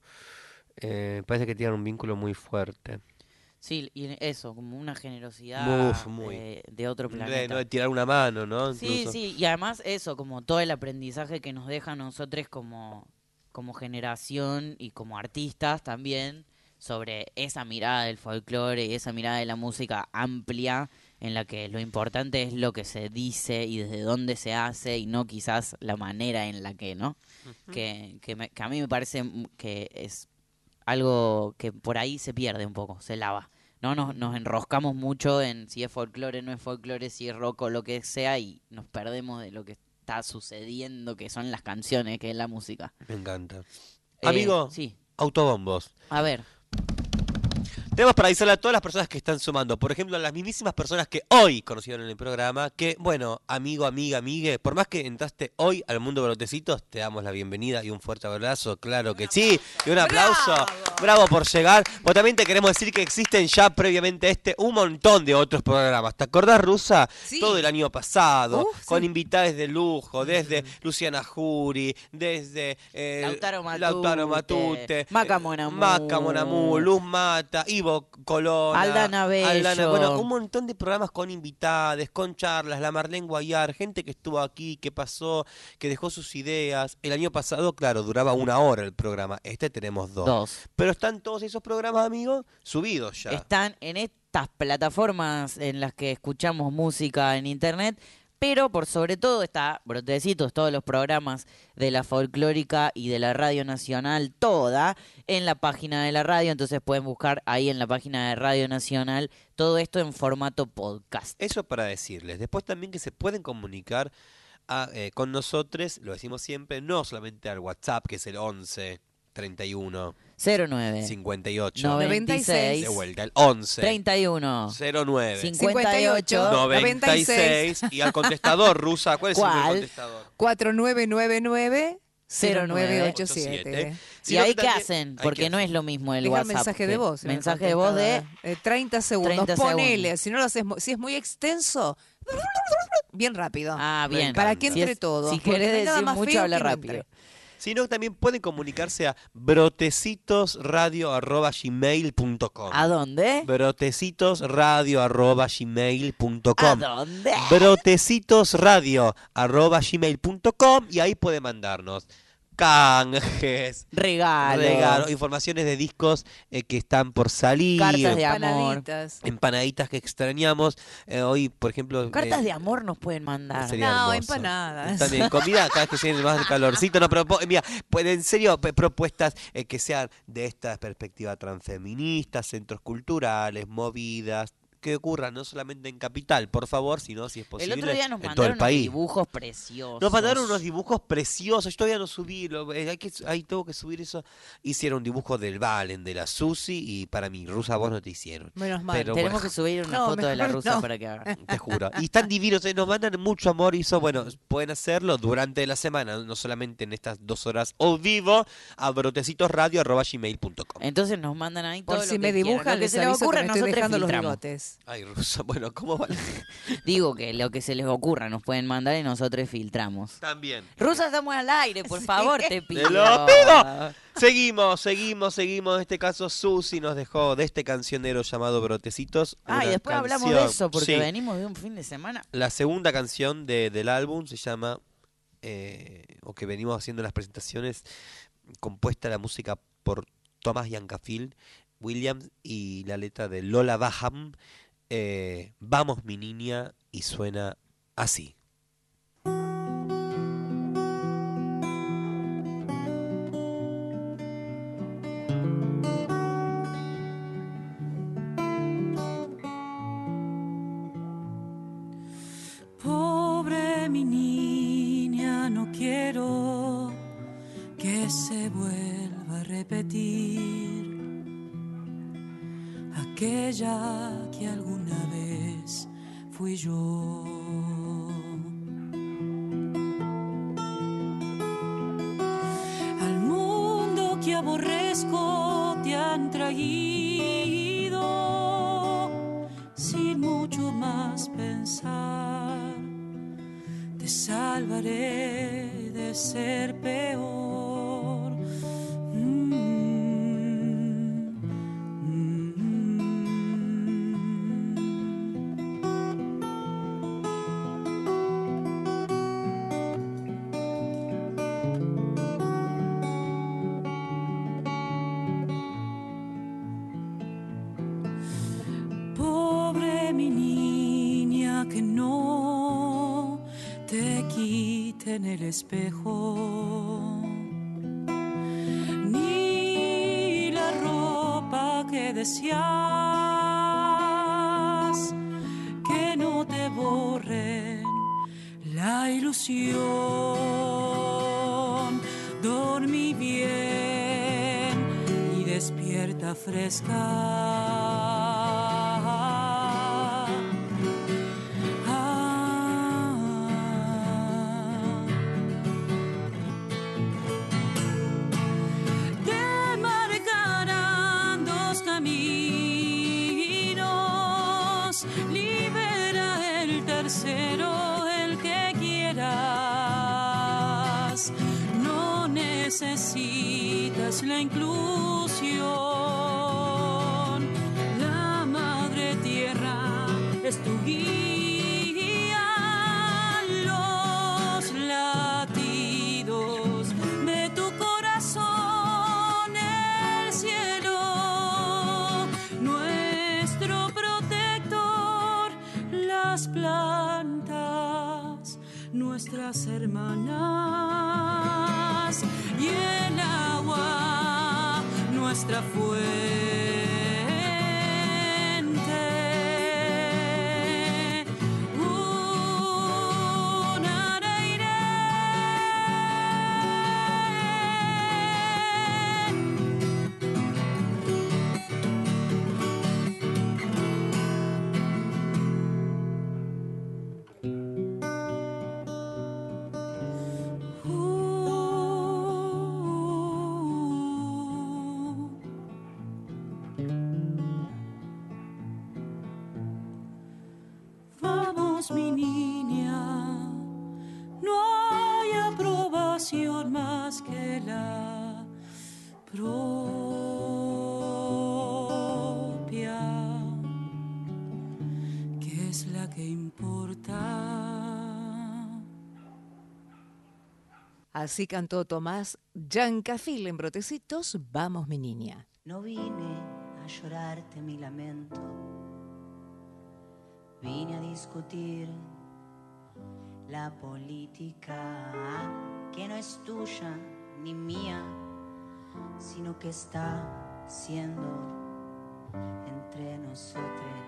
Parece que tienen un vínculo muy fuerte. Sí, y eso, como una generosidad Uf, muy. De otro planeta. De tirar una mano, ¿no? Sí, Incluso. sí, y además eso, como todo el aprendizaje que nos deja a nosotros como generación y como artistas también, sobre esa mirada del folclore y esa mirada de la música amplia, en la que lo importante es lo que se dice y desde dónde se hace y no quizás la manera en la que, ¿no? Que a mí me parece que es algo que por ahí se pierde un poco, se lava. No nos enroscamos mucho en si es folclore, no es folclore, si es rock o lo que sea, y nos perdemos de lo que está sucediendo, que son las canciones, que es la música. Me encanta. Amigo, sí. Autobombos. A ver. Tenemos para avisarle a todas las personas que están sumando, por ejemplo, a las mismísimas personas que hoy conocieron en el programa, que, bueno, amigo, amiga, amigue, por más que entraste hoy al mundo de Brotecitos, te damos la bienvenida y un fuerte abrazo, claro que sí, y un aplauso, bravo por llegar. Pues también te queremos decir que existen ya previamente a un montón de otros programas. ¿Te acordás, Rusa? Sí. Todo el año pasado, con sí. invitados de lujo, desde Luciana Jury, desde Lautaro Matute, Maca Monamú, Maca Monamú, Luz Mata, Ivo Colona, Aldana Bello. Bueno, un montón de programas con invitados, con charlas, la Marlene Guayar, gente que estuvo aquí, que pasó, que dejó sus ideas. El año pasado, claro, duraba 1 hora el programa. Tenemos 2. Pero están todos esos programas, amigos, subidos ya. Están en estas plataformas en las que escuchamos música en internet, pero por sobre todo está Brotecitos, todos los programas de la folclórica y de la Radio Nacional, toda en la página de la radio. Entonces pueden buscar ahí en la página de Radio Nacional todo esto en formato podcast. Eso para decirles. Después también que se pueden comunicar con nosotros, lo decimos siempre, no solamente al WhatsApp, que es el 11 31 09 58 96 de vuelta el 11 31 09 58 96 y al contestador, Rusa, ¿cuál es el contestador? 4999 0987. ¿Y ahí qué hacen? Porque no es lo mismo el WhatsApp. Mensaje de voz. Mensaje de voz de 30 segundos. 30 Ponele, si no lo haces, si es muy extenso, bien rápido. Ah, bien. Para que entre todo. Si querés decir mucho, habla rápido. Sino que también pueden comunicarse a brotecitosradio@gmail.com. ¿A dónde? brotecitosradio@gmail.com. ¿A dónde? brotecitosradio@gmail.com y ahí puede mandarnos canjes, regalos, informaciones de discos que están por salir, cartas de amor, empanaditas que extrañamos. Hoy, por ejemplo, cartas de amor nos pueden mandar. No, empanadas. También comida, cada vez que se viene más calorcito. No, pero mira, en serio, propuestas que sean de esta perspectiva transfeminista, centros culturales, movidas, que ocurran no solamente en Capital, por favor, sino si es posible el otro día nos en todo mandaron el país. Unos dibujos preciosos. Nos mandaron unos dibujos preciosos. Yo todavía no subí, ahí tengo que subir eso. Hicieron un dibujo del Valen, de la Susi, y para mí, Rusa, vos no te hicieron. Menos mal. Pero tenemos que subir una foto de la Rusa para que haga. Te juro. Y están divinos, nos mandan mucho amor y eso, bueno, pueden hacerlo durante la semana, no solamente en estas 2 horas o vivo, a brotecitosradio@gmail.com. Entonces nos mandan ahí todo Por lo si que me dibujan, quieran. Lo que les se les aviso ocurra, que me estoy nosotros dejando los filtramos. bigotes. Ay, Rusa, bueno, ¿cómo vale? Digo que lo que se les ocurra nos pueden mandar y nosotros filtramos. También. Rusa, estamos al aire, por favor, te pido. ¡Te lo pido! Seguimos. En este caso, Susi nos dejó de este cancionero llamado Brotecitos. Y después hablamos de eso, porque venimos de un fin de semana. La segunda canción del álbum se llama, o que venimos haciendo en las presentaciones, compuesta la música por Thomas Yancafield Williams y la letra de Lola Baham. Vamos mi niña, y suena así. quiero que se vuelva a repetir aquella que alguna vez fui yo. Al mundo que aborrezco te han traído sin mucho más pensar. Te salvaré de ser peor. Pobre mi niña, que no te quiten el espejo, ni la ropa que deseas, que no te borren la ilusión. Dormí bien y despierta fresca. Libera el tercero, el que quieras. No necesitas la inclusión. La madre tierra es tu guía. Los latidos de tu corazón, el cielo, nuestro las plantas, nuestras hermanas, y el agua, nuestra fuente. Mi niña, no hay aprobación más que la propia, que es la que importa. Así cantó Tomás Yancafil en Brotecitos, Vamos mi niña. No vine a llorarte mi lamento, vine a discutir la política que no es tuya ni mía, sino que está siendo entre nosotros.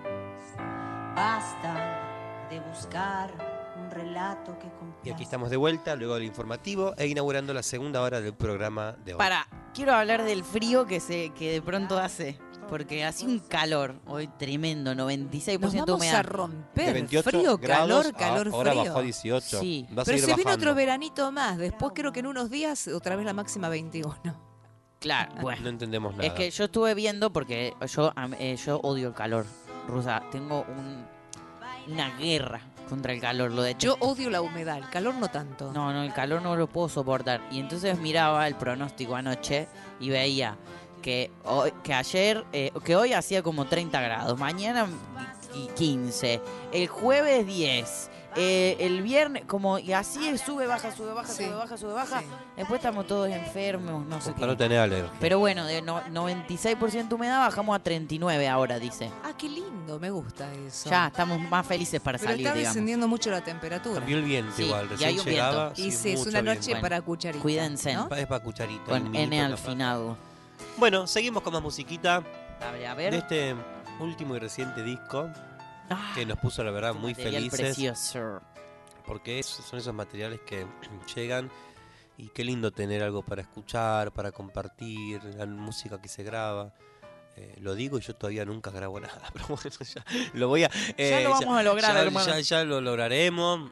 Basta de buscar un relato que complazca. Y aquí estamos de vuelta, luego del informativo, e inaugurando la segunda hora del programa de hoy. Quiero hablar del frío que de pronto hace. Porque hace un calor hoy tremendo, 96% Nos vamos humedad. a romper, 28 frío, grados, calor, ahora frío. bajó 18. Sí. Va a Pero seguir se viene bajando. otro veranito más, después creo que en unos días otra vez la máxima 21. Claro, bueno. No entendemos nada. Es que yo estuve viendo porque yo odio el calor, Rusa. Tengo una guerra contra el calor, lo detesto. Yo odio la humedad, el calor no tanto. No, el calor no lo puedo soportar. Y entonces miraba el pronóstico anoche y veía que hoy hacía como 30 grados, mañana 15, el jueves 10, el viernes, como y así sube, baja, sube, baja, Sí. sube, baja, sube, baja. Sí. Después estamos todos enfermos, no sé Para qué. no tener alergia. Pero bueno, de 96% humedad bajamos a 39 ahora, dice. Ah, qué lindo, me gusta eso. Ya estamos más felices para Pero salir, está digamos. descendiendo mucho la temperatura. Cambió el viento Sí, igual, y recién hay un llegaba. viento. Y sí, es mucho una viento. noche Bueno, para cucharita. cuídense. ¿no? Es para cucharita. Con un N minuto al capaz. final. Bueno, seguimos con más musiquita A ver. de este último y reciente disco que nos puso, la verdad, muy Material felices. precioso. porque son esos materiales que llegan y qué lindo tener algo para escuchar, para compartir, la música que se graba. Lo digo y yo todavía nunca grabo nada, pero bueno, ya lo voy a... ya lo vamos a lograr, hermano. Ya lo lograremos,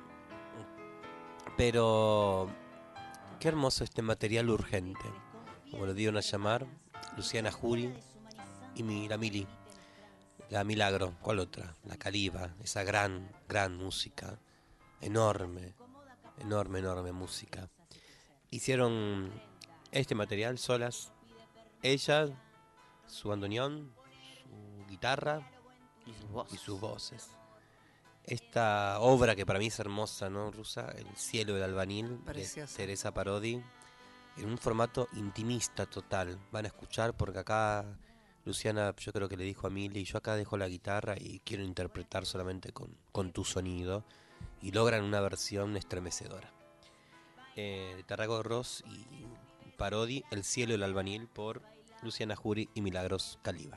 pero qué hermoso este material urgente, como lo dieron a llamar Luciana Jury y la Mili, la Milagro, ¿cuál otra? La Caliba, esa gran música, enorme música. Hicieron este material solas, ella, su bandoneón, su guitarra y sus voces. Esta obra que para mí es hermosa, ¿no, Rusa? El cielo del albanil, Preciosa. de Teresa Parodi, en un formato intimista total. Van a escuchar porque acá Luciana, yo creo que le dijo a Mili, yo acá dejo la guitarra y quiero interpretar solamente con tu sonido, y logran una versión estremecedora. De Tarraco Ross y Parodi, El cielo del albanil, por Luciana Jury y Milagros Caliba.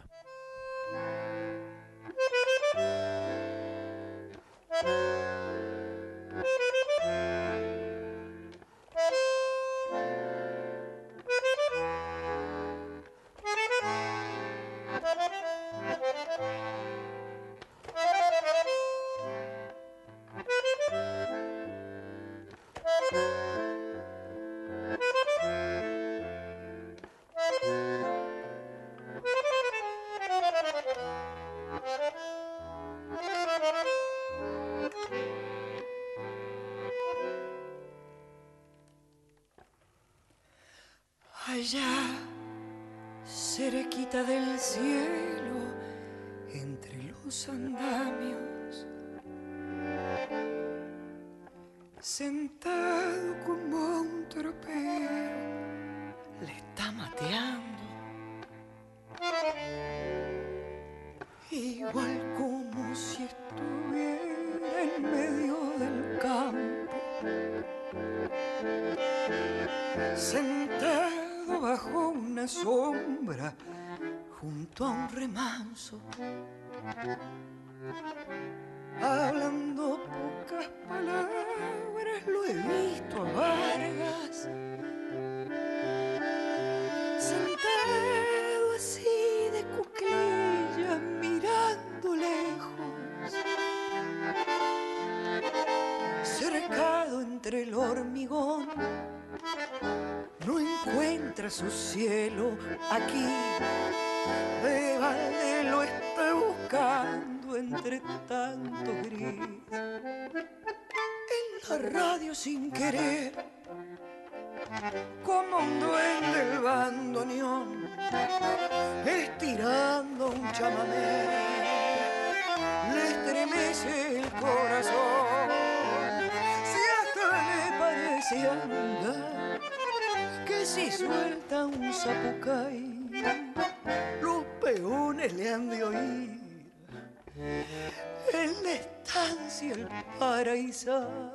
Allá, cerquita del cielo, entre los andamios, sentado como un tropero, le está mateando, igual como si estuviera en medio del campo, sentado bajo una sombra junto a un remanso, hablando pocas palabras, lo he visto a Vargas sentado así de cuclillas mirando lejos, cercado entre el hormigón. No encuentra su cielo aquí, de balde lo está buscando entre tanto gris. En la radio sin querer, como un duende del bandoneón, estirando un chamamé, le estremece el corazón. Si hasta le parece andar, que si suelta un zapucay, los peones le han de oír en la estancia el paraíso.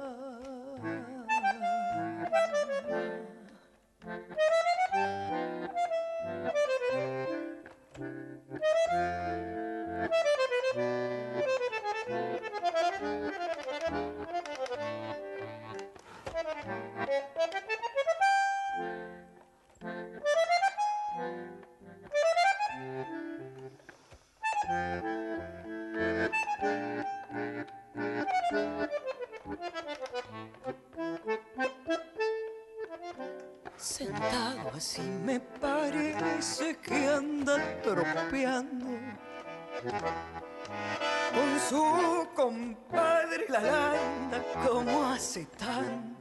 Sentado así me parece que anda tropeando con su compadre la landa como hace tanto.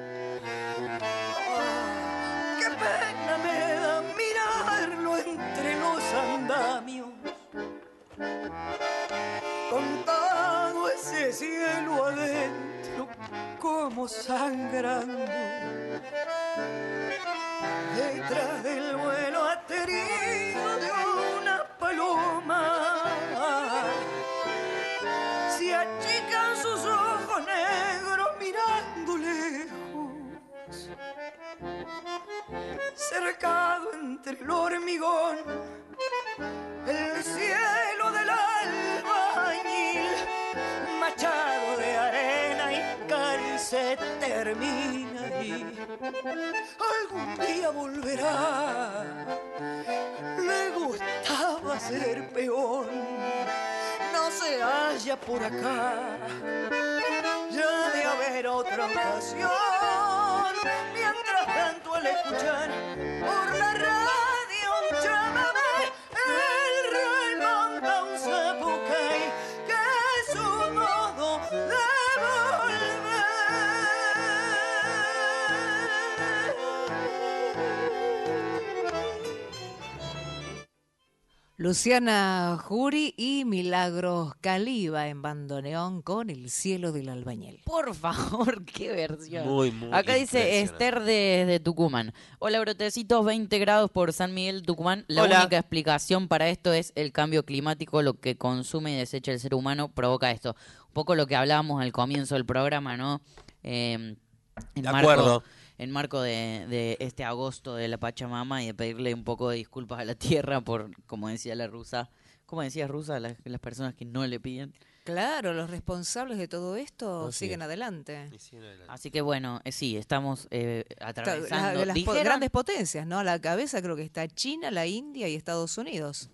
Oh, qué pena me da mirarlo entre los andamios, con todo ese cielo adentro como sangrando. Detrás del vuelo aterido de una paloma se achican sus ojos negros mirando lejos, cercado entre el hormigón, el cielo del albañil, machado de arena y calzado se termina y algún día volverá. Le gustaba ser peón, no se halla por acá. Ya de haber otra ocasión, mientras tanto al escuchar por la radio un chamamé, el rey monta un zapucay, que es su modo de Luciana Jury y Milagros Caliba en bandoneón con El cielo del albañil. Por favor, qué versión. Muy Acá dice impresionante. Esther de Tucumán. Hola, brotecitos, 20 grados por San Miguel, Tucumán. La Hola. única explicación para esto es el cambio climático, lo que consume y desecha el ser humano provoca esto. Un poco lo que hablábamos al comienzo del programa, ¿no? En acuerdo. En marco de este agosto de la Pachamama y de pedirle un poco de disculpas a la tierra por, como decía la rusa, ¿cómo decías rusa? Las personas que no le piden. Claro, los responsables de todo esto Así siguen es. adelante. Así que bueno, sí, estamos atravesando. De las Dijeron- grandes potencias, ¿no? A la cabeza creo que está China, la India y Estados Unidos.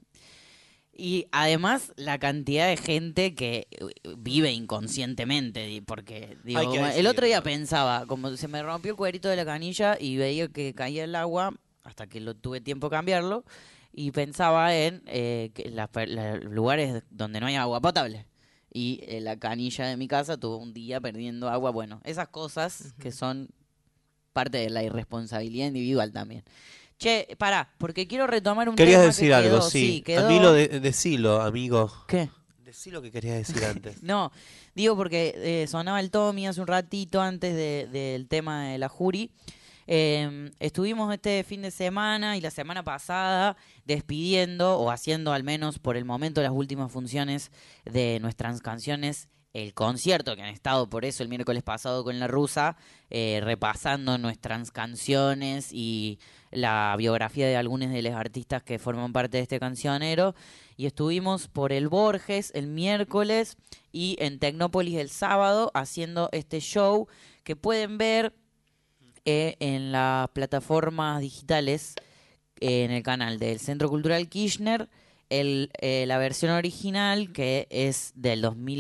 Y además la cantidad de gente que vive inconscientemente, porque digo, Hay que como el decirlo. otro día pensaba, como se me rompió el cuadrito de la canilla y veía que caía el agua, hasta que lo tuve tiempo de cambiarlo, y pensaba en que los lugares donde no hay agua potable. Y la canilla de mi casa tuvo un día perdiendo agua. Bueno, esas cosas que son parte de la irresponsabilidad individual también. Che, pará, porque quiero retomar un Querías tema decir que algo, quedó, sí. quedó... Dilo, decilo, amigo. ¿Qué? Decí lo que querías decir antes. No, digo porque sonaba el Tommy hace un ratito antes del tema de la Jury. Estuvimos este fin de semana y la semana pasada despidiendo o haciendo al menos por el momento las últimas funciones de nuestras canciones, el concierto que han estado por eso el miércoles pasado con la rusa, repasando nuestras canciones y la biografía de algunos de los artistas que forman parte de este cancionero. Y estuvimos por el Borges el miércoles y en Tecnópolis el sábado haciendo este show que pueden ver en las plataformas digitales, en el canal del Centro Cultural Kirchner, la versión original que es del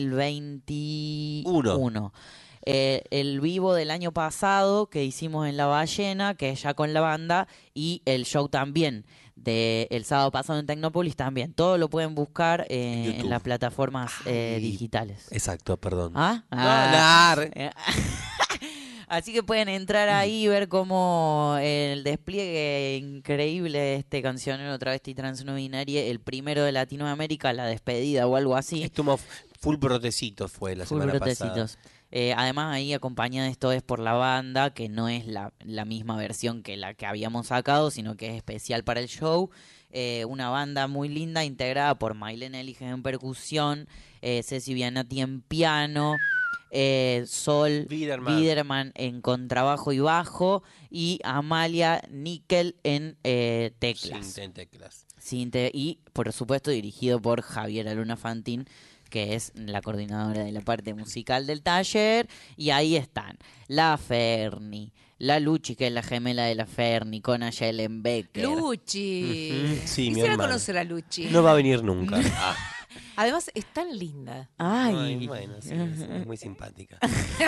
2021. El vivo del año pasado que hicimos en La Ballena, que es ya con la banda, y el show también del sábado pasado en Tecnópolis también. Todo lo pueden buscar en las plataformas digitales. Exacto, perdón. Así que pueden entrar ahí y ver cómo el despliegue increíble de este cancionero travesti trans no binaria, el primero de Latinoamérica, la despedida o algo así. Estuvo full brotecitos fue la semana pasada. Además ahí acompañada esto es por la banda, que no es la misma versión que la que habíamos sacado, sino que es especial para el show. Una banda muy linda integrada por Maylene Eliges en percusión, Ceci Bianati en piano, Sol Biderman en contrabajo y bajo y Amalia Níquel en teclas. En teclas. Y por supuesto dirigido por Javiera Luna Fantín, que es la coordinadora de la parte musical del taller. Y ahí están la Ferni, la Luchi, que es la gemela de la Ferni, con Ayelen Becker. Luchi. Sí, mi Quisiera hermana. conocer a Luchi. No va a venir nunca. Además, es tan linda. Ay. Bueno, sí, es muy simpática.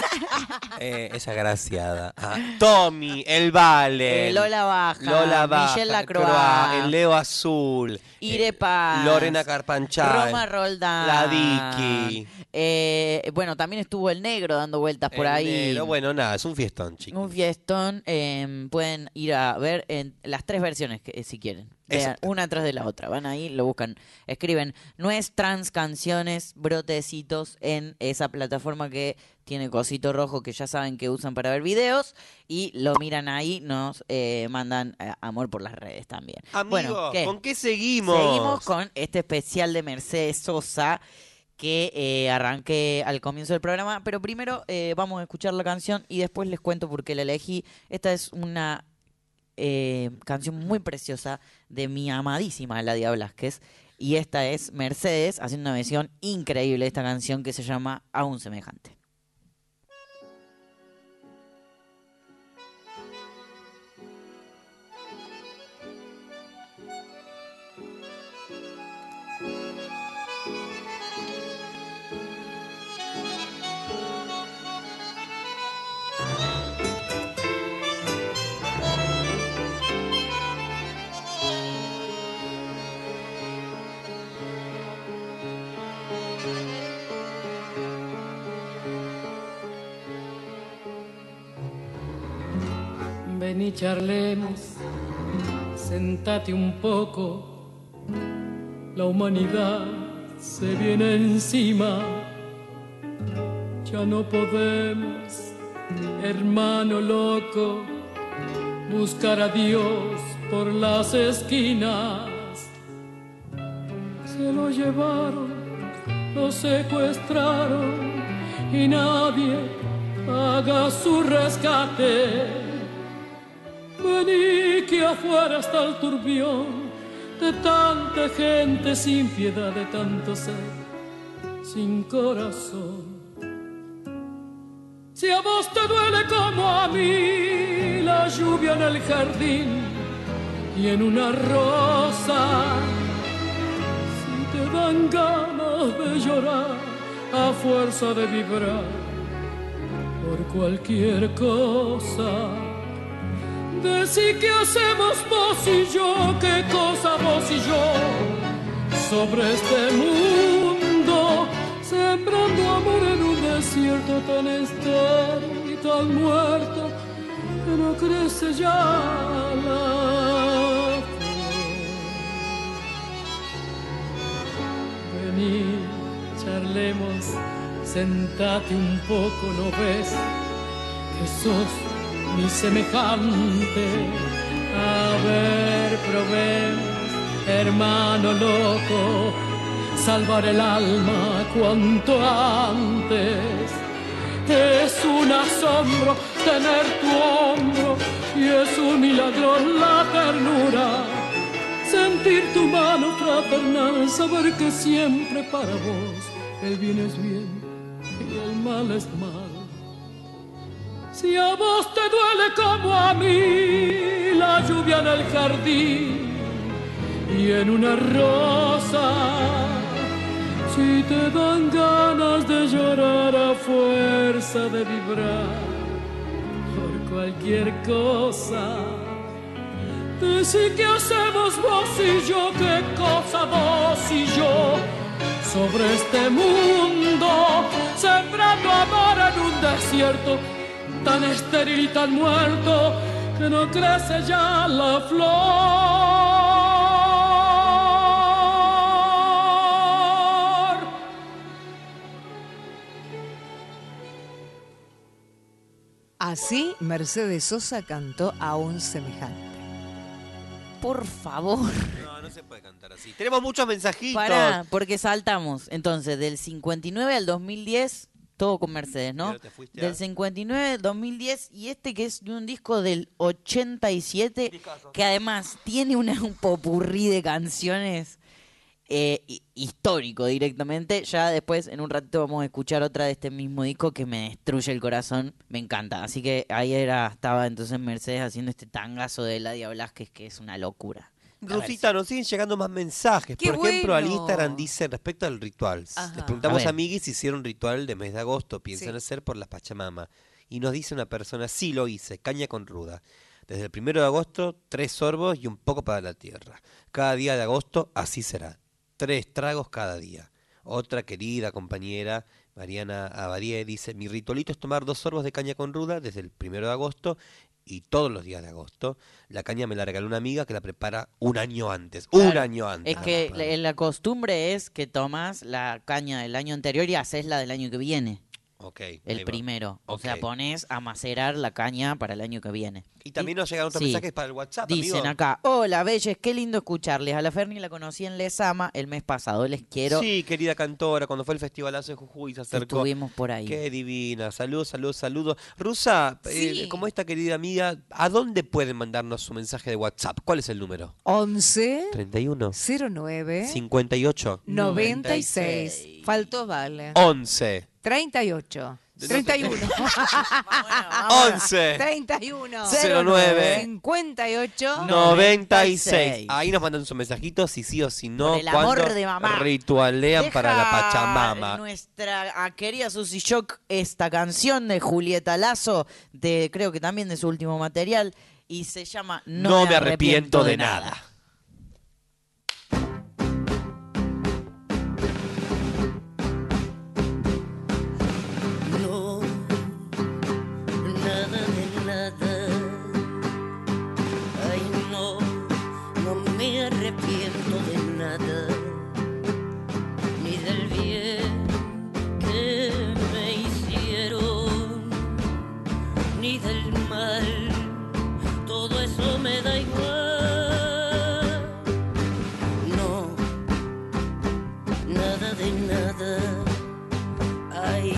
Es agraciada. Tommy, el Vale. Lola Baja, Michelle Lacroix, el Leo Azul. Ire Paz, Lorena Carpanchay. Roma Roldán, La Dicky. Bueno, también estuvo el Negro dando vueltas por ahí. Negro. Bueno, nada, es un fiestón, chicos. Un fiestón. Pueden ir a ver en las 3 versiones si quieren. Vean, una atrás de la otra. Van ahí, lo buscan. Escriben Nuestras Canciones, brotecitos en esa plataforma que tiene cosito rojo que ya saben que usan para ver videos. Y lo miran ahí, nos mandan amor por las redes también. Amigo, Bueno, ¿con qué seguimos? Seguimos con este especial de Mercedes Sosa que arranqué al comienzo del programa. Pero primero vamos a escuchar la canción y después les cuento por qué la elegí. Esta es una canción muy preciosa de mi amadísima Ladia Blasquez. Y esta es Mercedes haciendo una versión increíble de esta canción que se llama Aún Semejante. Ven y charlemos, sentate un poco, la humanidad se viene encima, ya no podemos, hermano loco, buscar a Dios por las esquinas. Se lo llevaron, lo secuestraron y nadie haga su rescate. Vení que afuera está el turbión de tanta gente sin piedad, de tanto ser sin corazón. Si a vos te duele como a mí la lluvia en el jardín y en una rosa, si te dan ganas de llorar a fuerza de vibrar por cualquier cosa, decí qué hacemos vos y yo, qué cosa vos y yo sobre este mundo, sembrando amor en un desierto tan estéril y tan muerto que no crece ya la flor. Vení, charlemos, sentate un poco, ¿no ves que sos mi semejante? A ver, probemos, hermano loco, salvar el alma cuanto antes. Es un asombro tener tu hombro y es un milagro la ternura. Sentir tu mano fraternal, saber que siempre para vos el bien es bien y el mal es mal. Si a vos te duele como a mí la lluvia en el jardín y en una rosa, si te dan ganas de llorar a fuerza de vibrar por cualquier cosa, decí qué hacemos vos y yo, qué cosa vos y yo sobre este mundo, sembrando amor en un desierto tan estéril y tan muerto que no crece ya la flor. Así Mercedes Sosa cantó a un semejante. Por favor. No se puede cantar así. Tenemos muchos mensajitos. Pará, porque saltamos. Entonces, del 59 al 2010, todo con Mercedes, ¿no? Del 59 al 2010 y este que es de un disco del 87, que además tiene un popurrí de canciones histórico directamente. Ya después, en un ratito, vamos a escuchar otra de este mismo disco que me destruye el corazón. Me encanta. Así que ahí estaba entonces Mercedes haciendo este tangazo de Eladia Blasquez, que es una locura. Rosita, nos siguen llegando más mensajes. ¡Qué Por ejemplo, bueno! al Instagram dice respecto al ritual. Ajá. Les preguntamos A a ver. Miguel si hicieron ritual de mes de agosto. Piensan Sí. hacer por las Pachamama. Y nos dice una persona, sí lo hice, caña con ruda. Desde el 1 de agosto, 3 sorbos y un poco para la tierra. Cada día de agosto, así será. 3 tragos cada día. Otra querida compañera, Mariana Abadie, dice, mi ritualito es tomar 2 sorbos de caña con ruda desde el 1 de agosto y todos los días de agosto. La caña me la regaló una amiga que la prepara un año antes. Claro. Un año antes. Es que la costumbre es que tomas la caña del año anterior y haces la del año que viene. Ok. El ahí va. primero. O Ok. sea, pones a macerar la caña para el año que viene. Y también nos llegaron otros Sí. mensajes para el WhatsApp, Dicen amigo. acá, hola, Belles, qué lindo escucharles. A la Ferni la conocí en Lesama el mes pasado. Les quiero. Sí, querida cantora, cuando fue el festivalazo en Jujuy se acercó. Estuvimos por ahí. Qué divina. Saludos, saludos, saludos. Rusa, Sí. como esta querida amiga, ¿a dónde pueden mandarnos su mensaje de WhatsApp? ¿Cuál es el número? 11 31 09 58 96. Faltó vale. 11 38. 31. 11 31. 09 58. 96. Ahí nos mandan sus mensajitos, si sí o si no. Por el amor cuando de mamá. ritualean para la Deja Pachamama. Nuestra querida Susy Shock esta canción de Julieta Lazo, creo que también de su último material, y se llama No me arrepiento de nada. No, nada de nada ni del mal, todo eso me da igual. No, nada de nada. Ay,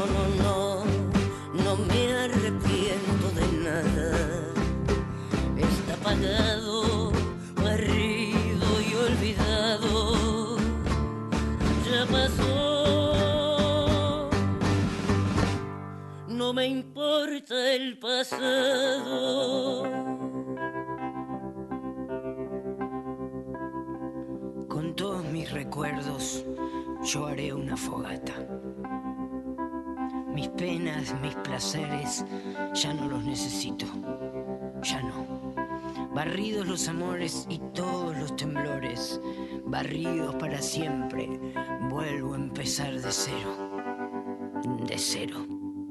no me arrepiento de nada. Está pagado, barrido y olvidado. Ya pasó. No me importa el pasado. Con todos mis recuerdos, yo haré una fogata. Mis penas, mis placeres, ya no los necesito. Ya no. Barridos los amores y todos los temblores, barridos para siempre, vuelvo a empezar de cero. De cero.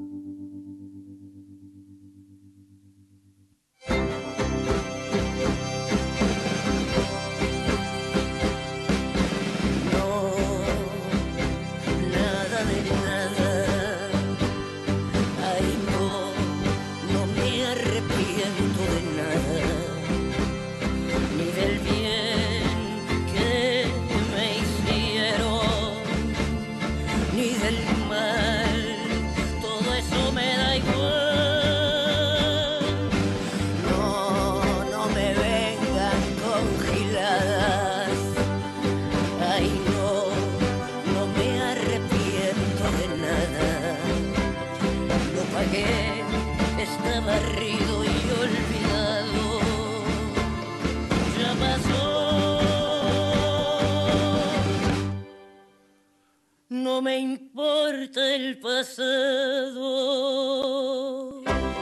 Está barrido y olvidado. Ya pasó. No me importa el pasado.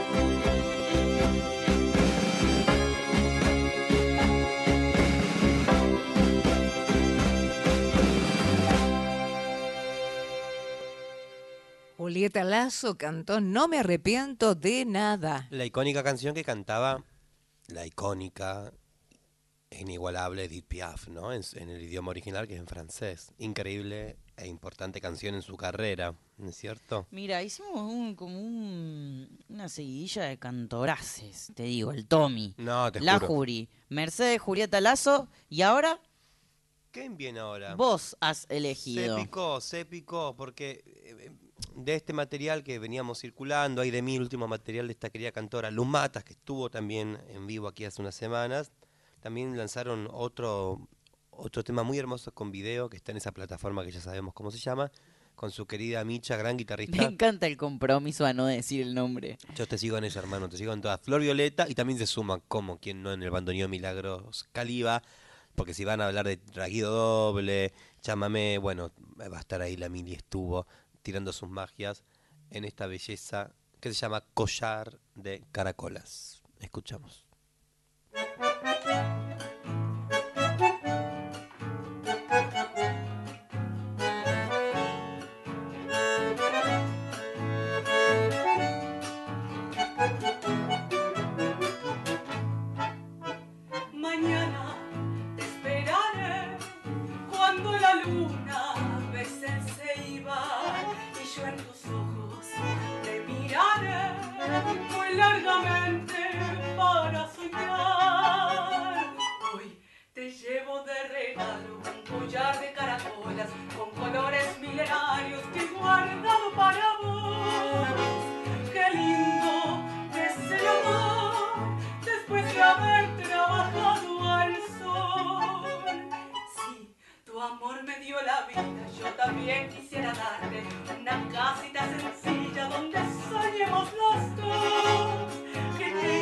Julieta Lazo cantó No me arrepiento de nada. La icónica canción que cantaba la icónica e inigualable Edith Piaf, ¿no? En el idioma original, que es en francés. Increíble e importante canción en su carrera, ¿no es cierto? Mira, hicimos una seguidilla de cantoraces, te digo, el Tommy, No, te la juro. Juri, Mercedes Julieta Lazo, y ahora ¿Quién viene ahora? vos has elegido. Se picó, porque de este material que veníamos circulando, hay de mí el último material de esta querida cantora Luz Matas, que estuvo también en vivo aquí hace unas semanas. También lanzaron otro tema muy hermoso con video, que está en esa plataforma que ya sabemos cómo se llama, con su querida Micha, gran guitarrista. Me encanta el compromiso a no decir el nombre. Yo te sigo en ella, hermano, te sigo en todas. Flor Violeta, y también se suma, como quien no, en el bandoneón Milagros Caliba, porque si van a hablar de Raguido Doble, Chámame, bueno, va a estar ahí la Mili, estuvo tirando sus magias en esta belleza que se llama Collar de Caracolas. Escuchamos. Mañana te esperaré cuando la luna bese el ceibar y yo en tus ojos te miraré muy largamente para soñar. Hoy te llevo de regalo un collar de caracolas con colores milenarios que he guardado para vos. Qué lindo es el amor después de haber trabajado al sol. Si tu amor me dio la vida, yo también quisiera darte una casita sencilla donde soñemos los dos. Que te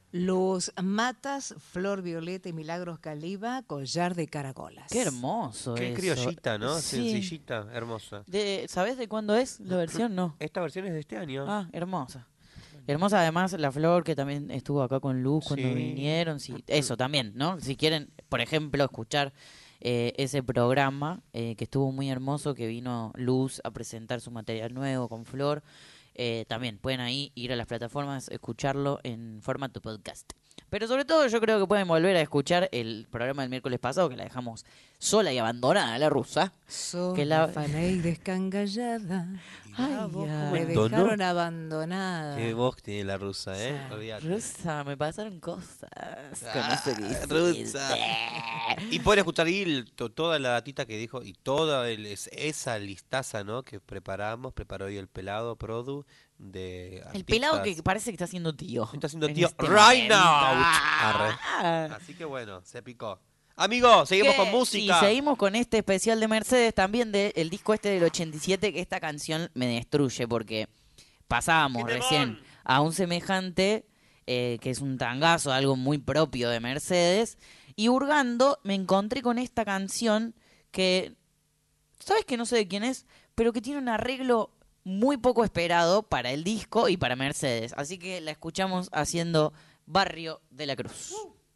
Los Matas, Flor Violeta y Milagros Caliba, Collar de Caracolas. Qué hermoso Qué eso. criollita, ¿no? Sí. Sencillita, hermosa. ¿Sabés de cuándo es la versión? No. Esta versión es de este año. Ah, hermosa. Hermosa además la Flor, que también estuvo acá con Luz cuando Sí. vinieron. Sí, eso también, ¿no? Si quieren, por ejemplo, escuchar ese programa que estuvo muy hermoso, que vino Luz a presentar su material nuevo con Flor, también pueden ahí ir a las plataformas, escucharlo en formato podcast. Pero sobre todo yo creo que pueden volver a escuchar el programa del miércoles pasado, que la dejamos sola y abandonada, la rusa. Que la afané y descangallada. Ay, me dejaron abandonada. Qué voz tiene la rusa, ¿eh? Olvídate. Rusa, me pasaron cosas que no sé qué Rusa. Y pueden escuchar ahí toda la datita que dijo y toda esa listaza, ¿no? Que preparó hoy el pelado Produ de El artistas. pelado que parece que está haciendo tío. Está haciendo en tío este right momento. now. Arre. Así que bueno, se picó. Amigos, seguimos con música. Y seguimos con este especial de Mercedes, también del disco este del 87, que esta canción me destruye, porque pasábamos recién a un semejante, que es un tangazo, algo muy propio de Mercedes, y hurgando me encontré con esta canción que, ¿sabes que no sé de quién es? Pero que tiene un arreglo muy poco esperado para el disco y para Mercedes. Así que la escuchamos haciendo Barrio de la Cruz.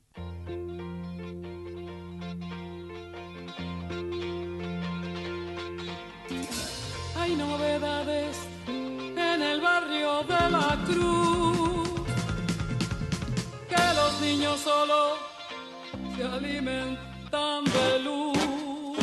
Hay novedades en el barrio de la Cruz, que los niños solo se alimentan de luz.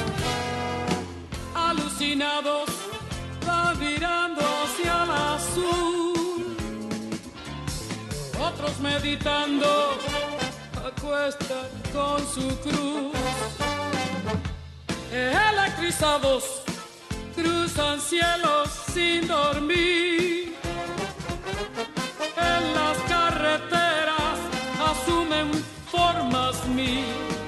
Alucinados van mirando hacia el azul, otros meditando acuestan con su cruz. Electrizados cruzan cielos sin dormir, en las carreteras asumen formas mil.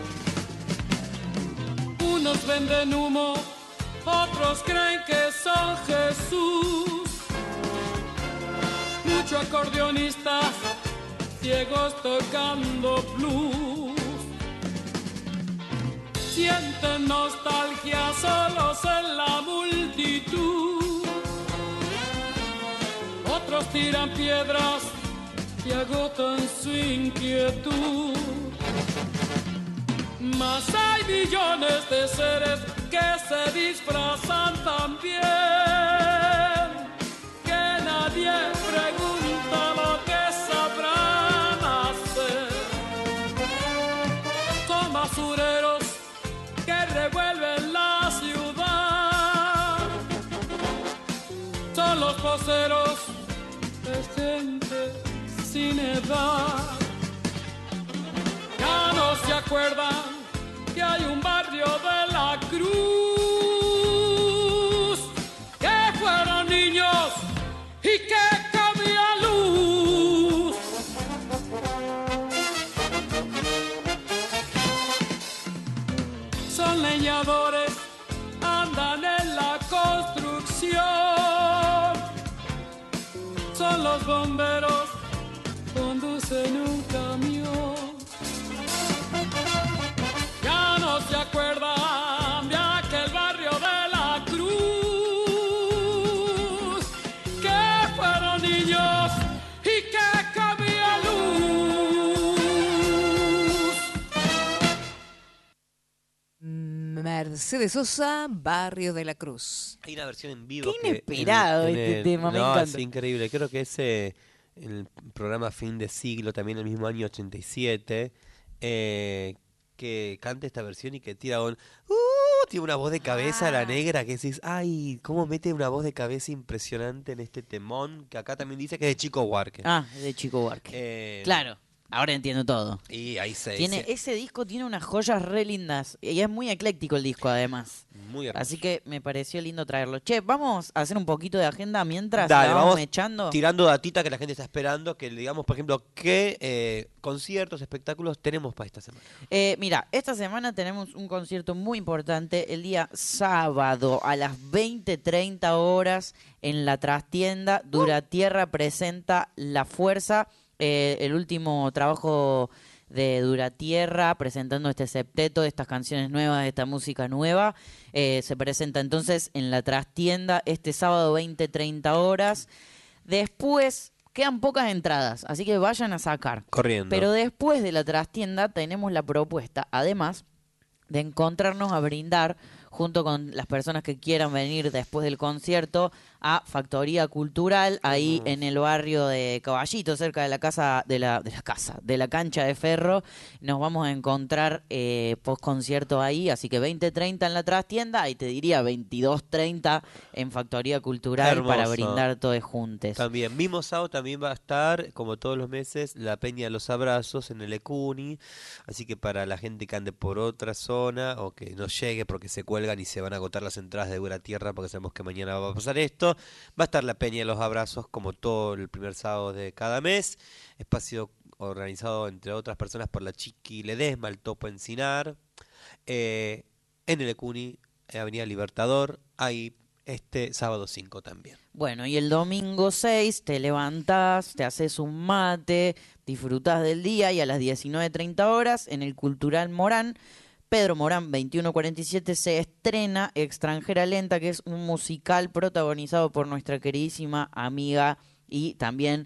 Unos venden humo, otros creen que son Jesús. Muchos acordeonistas ciegos tocando blues. Sienten nostalgia solos en la multitud. Otros tiran piedras y agotan su inquietud. Mas hay millones de seres que se disfrazan también, que nadie pregunta lo que sabrán hacer. Son basureros que revuelven la ciudad, son los voceros de gente sin edad. Ya no se acuerdan que hay un barrio de la Cruz, que fueron niños y que cabía luz. Son leñadores, andan en la construcción. Son los bomberos, conducen un camión. Ya no se acuerdan de aquel barrio de la Cruz, que fueron niños y que cabía luz. Mercedes Sosa, Barrio de la Cruz. Hay una versión en vivo. Qué inesperado este tema, me encanta. Es increíble. Creo que es el programa Fin de Siglo, también el mismo año 87, que canta esta versión y que tira un... tiene una voz de cabeza la negra que decís, ay, cómo mete una voz de cabeza impresionante en este temón, que acá también dice que es de Chico Buarque. Ah, de Chico Buarque. Claro, ahora entiendo todo. Y ahí se tiene ese disco tiene unas joyas re lindas y es muy ecléctico el disco además. Muy hermoso. Así que me pareció lindo traerlo. Che, vamos a hacer un poquito de agenda mientras Dale, la vamos echando. tirando datita que la gente está esperando, que le digamos, por ejemplo, qué conciertos, espectáculos tenemos para esta semana. Mira, esta semana tenemos un concierto muy importante el día sábado a las 20:30 horas en la trastienda. Duratierra presenta La Fuerza el último trabajo de Duratierra, presentando este septeto, estas canciones nuevas, esta música nueva. Se presenta entonces en la trastienda este sábado 20-30 horas. Después quedan pocas entradas, así que vayan a sacar. Corriendo. Pero después de la trastienda tenemos la propuesta, además de encontrarnos a brindar junto con las personas que quieran venir después del concierto a Factoría Cultural, ahí en el barrio de Caballito, cerca de la casa, de la cancha de Ferro. Nos vamos a encontrar post concierto ahí, así que 20:30 en la trastienda y te diría 22:30 en Factoría Cultural. Hermoso. Para brindar todos juntos. También, mismo sábado también va a estar, como todos los meses, la Peña de los Abrazos en el Ecuni, así que para la gente que ande por otra zona o que no llegue porque se cuelgan y se van a agotar las entradas de Duratierra porque sabemos que mañana va a pasar esto, va a estar la Peña de los Abrazos como todo el primer sábado de cada mes, espacio organizado entre otras personas por la Chiqui Ledesma, el Topo Encinar, en el Ecuni, Avenida Libertador, ahí este sábado 5 también. Bueno, y el domingo 6 te levantás, te haces un mate, disfrutás del día y a las 19:30 horas en el Cultural Morán, Pedro Morán 2147, se estrena Extranjera Lenta, que es un musical protagonizado por nuestra queridísima amiga y también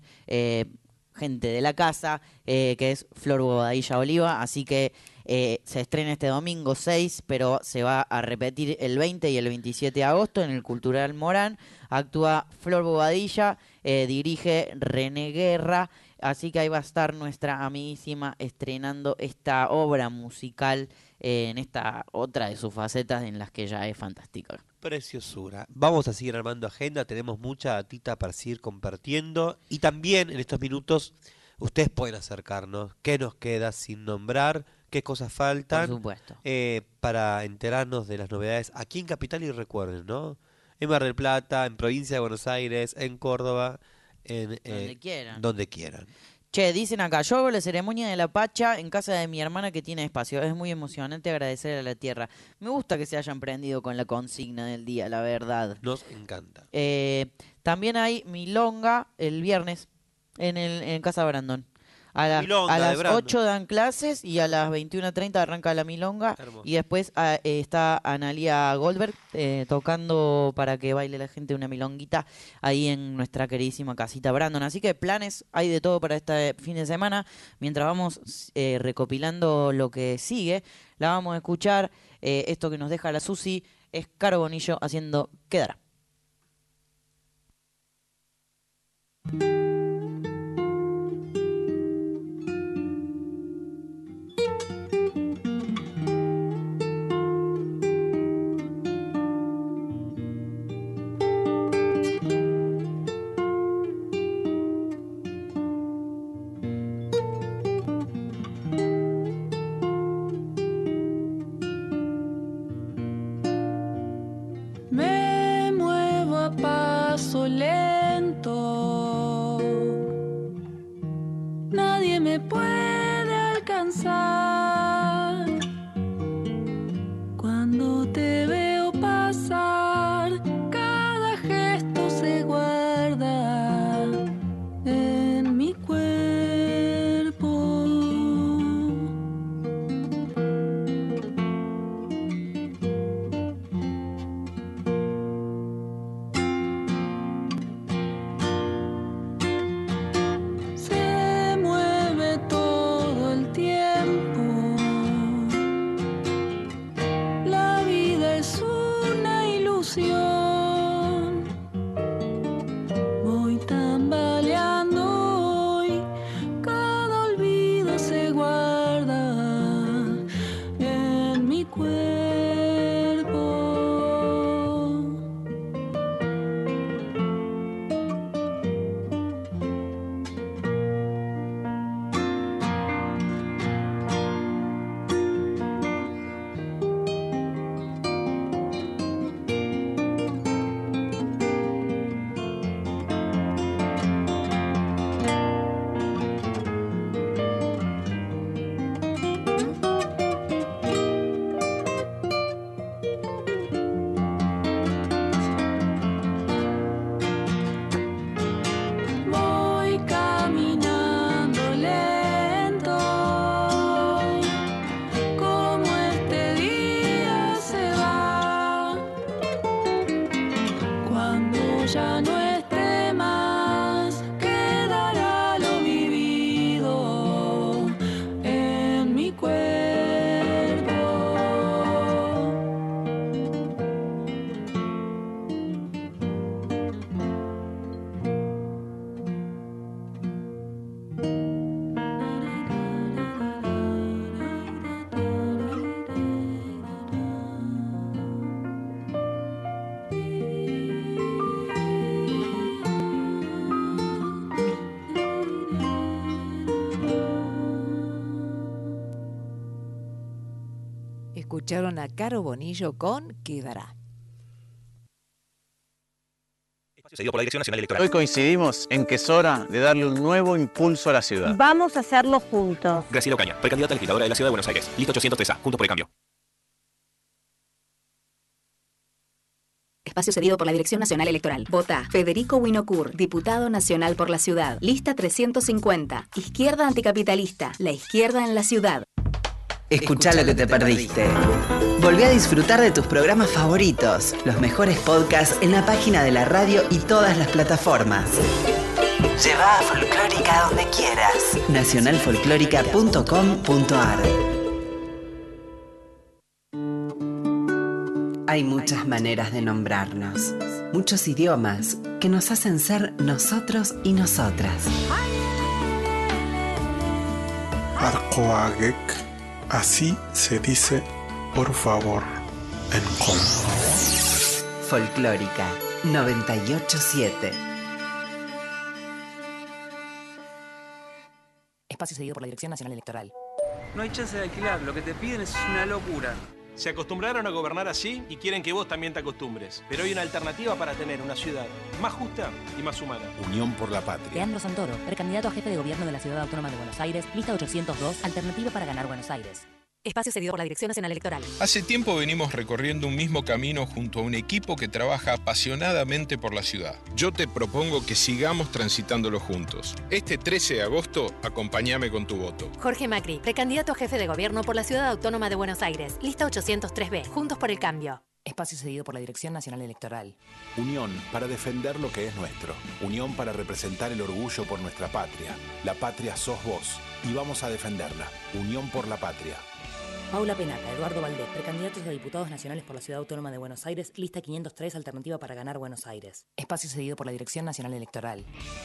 gente de la casa, que es Flor Bobadilla Oliva, así que se estrena este domingo 6, pero se va a repetir el 20 y el 27 de agosto en el Cultural Morán. Actúa Flor Bobadilla, dirige René Guerra, así que ahí va a estar nuestra amiguísima estrenando esta obra musical en esta otra de sus facetas en las que ella es fantástica. Preciosura. Vamos a seguir armando agenda, tenemos mucha datita para seguir compartiendo y también en estos minutos ustedes pueden acercarnos qué nos queda sin nombrar, qué cosas faltan. Por supuesto. Para enterarnos de las novedades aquí en Capital y recuerden, ¿no? En Mar del Plata, en Provincia de Buenos Aires, en Córdoba, en donde quieran. Che, dicen acá, yo hago la ceremonia de la Pacha en casa de mi hermana que tiene espacio. Es muy emocionante agradecer a la tierra. Me gusta que se hayan prendido con la consigna del día, la verdad. Nos encanta. También hay milonga el viernes en Casa Brandon. A las 8 dan clases y a las 21:30 arranca la milonga. Hermoso. Y después está Analia Goldberg tocando para que baile la gente una milonguita ahí en nuestra queridísima casita Brandon. Así que planes hay de todo para este fin de semana. Mientras vamos recopilando lo que sigue, la vamos a escuchar. Esto que nos deja la Susi es Caro Bonillo haciendo Quedará. Me muevo a paso lento, nadie me puede alcanzar. Cuando te veo pasar, cada gesto se guarda en mi cuerpo. Se mueve todo el tiempo Escucharon a Caro Bonillo con Quedará. Seguido por la Dirección Nacional Electoral. Hoy coincidimos en que es hora de darle un nuevo impulso a la ciudad. Vamos a hacerlo juntos. Graciela Ocaña, precandidata legisladora de la Ciudad de Buenos Aires. Lista 803A, Juntos por el Cambio. Espacio cedido por la Dirección Nacional Electoral. Vota Federico Winocur, diputado nacional por la ciudad. Lista 350. Izquierda anticapitalista. La izquierda en la ciudad. Escuchá lo que te perdiste. Volví a disfrutar de tus programas favoritos, los mejores podcasts en la página de la radio y todas las plataformas. Lleva a Folclórica donde quieras. nacionalfolclórica.com.ar. Hay muchas maneras de nombrarnos, muchos idiomas que nos hacen ser nosotros y nosotras. Arcoagek, así se dice por favor en Congo. Folclórica 98.7. Espacio cedido por la Dirección Nacional Electoral. No hay chance de alquilar, lo que te piden es una locura. Se acostumbraron a gobernar así y quieren que vos también te acostumbres. Pero hay una alternativa para tener una ciudad más justa y más humana. Unión por la Patria. Leandro Santoro, precandidato a jefe de gobierno de la Ciudad Autónoma de Buenos Aires, lista 802, alternativa para ganar Buenos Aires. Espacio cedido por la Dirección Nacional Electoral. Hace tiempo venimos recorriendo un mismo camino junto a un equipo que trabaja apasionadamente por la ciudad. Yo te propongo que sigamos transitándolo juntos. Este 13 de agosto, acompáñame con tu voto. Jorge Macri, precandidato a jefe de gobierno por la Ciudad Autónoma de Buenos Aires, lista 803B, Juntos por el Cambio. Espacio cedido por la Dirección Nacional Electoral. Unión para defender lo que es nuestro. Unión para representar el orgullo por nuestra patria. La patria sos vos y vamos a defenderla. Unión por la Patria. Paula Penaca, Eduardo Valdés, precandidatos a diputados nacionales por la Ciudad Autónoma de Buenos Aires, lista 503, alternativa para ganar Buenos Aires. Espacio cedido por la Dirección Nacional Electoral.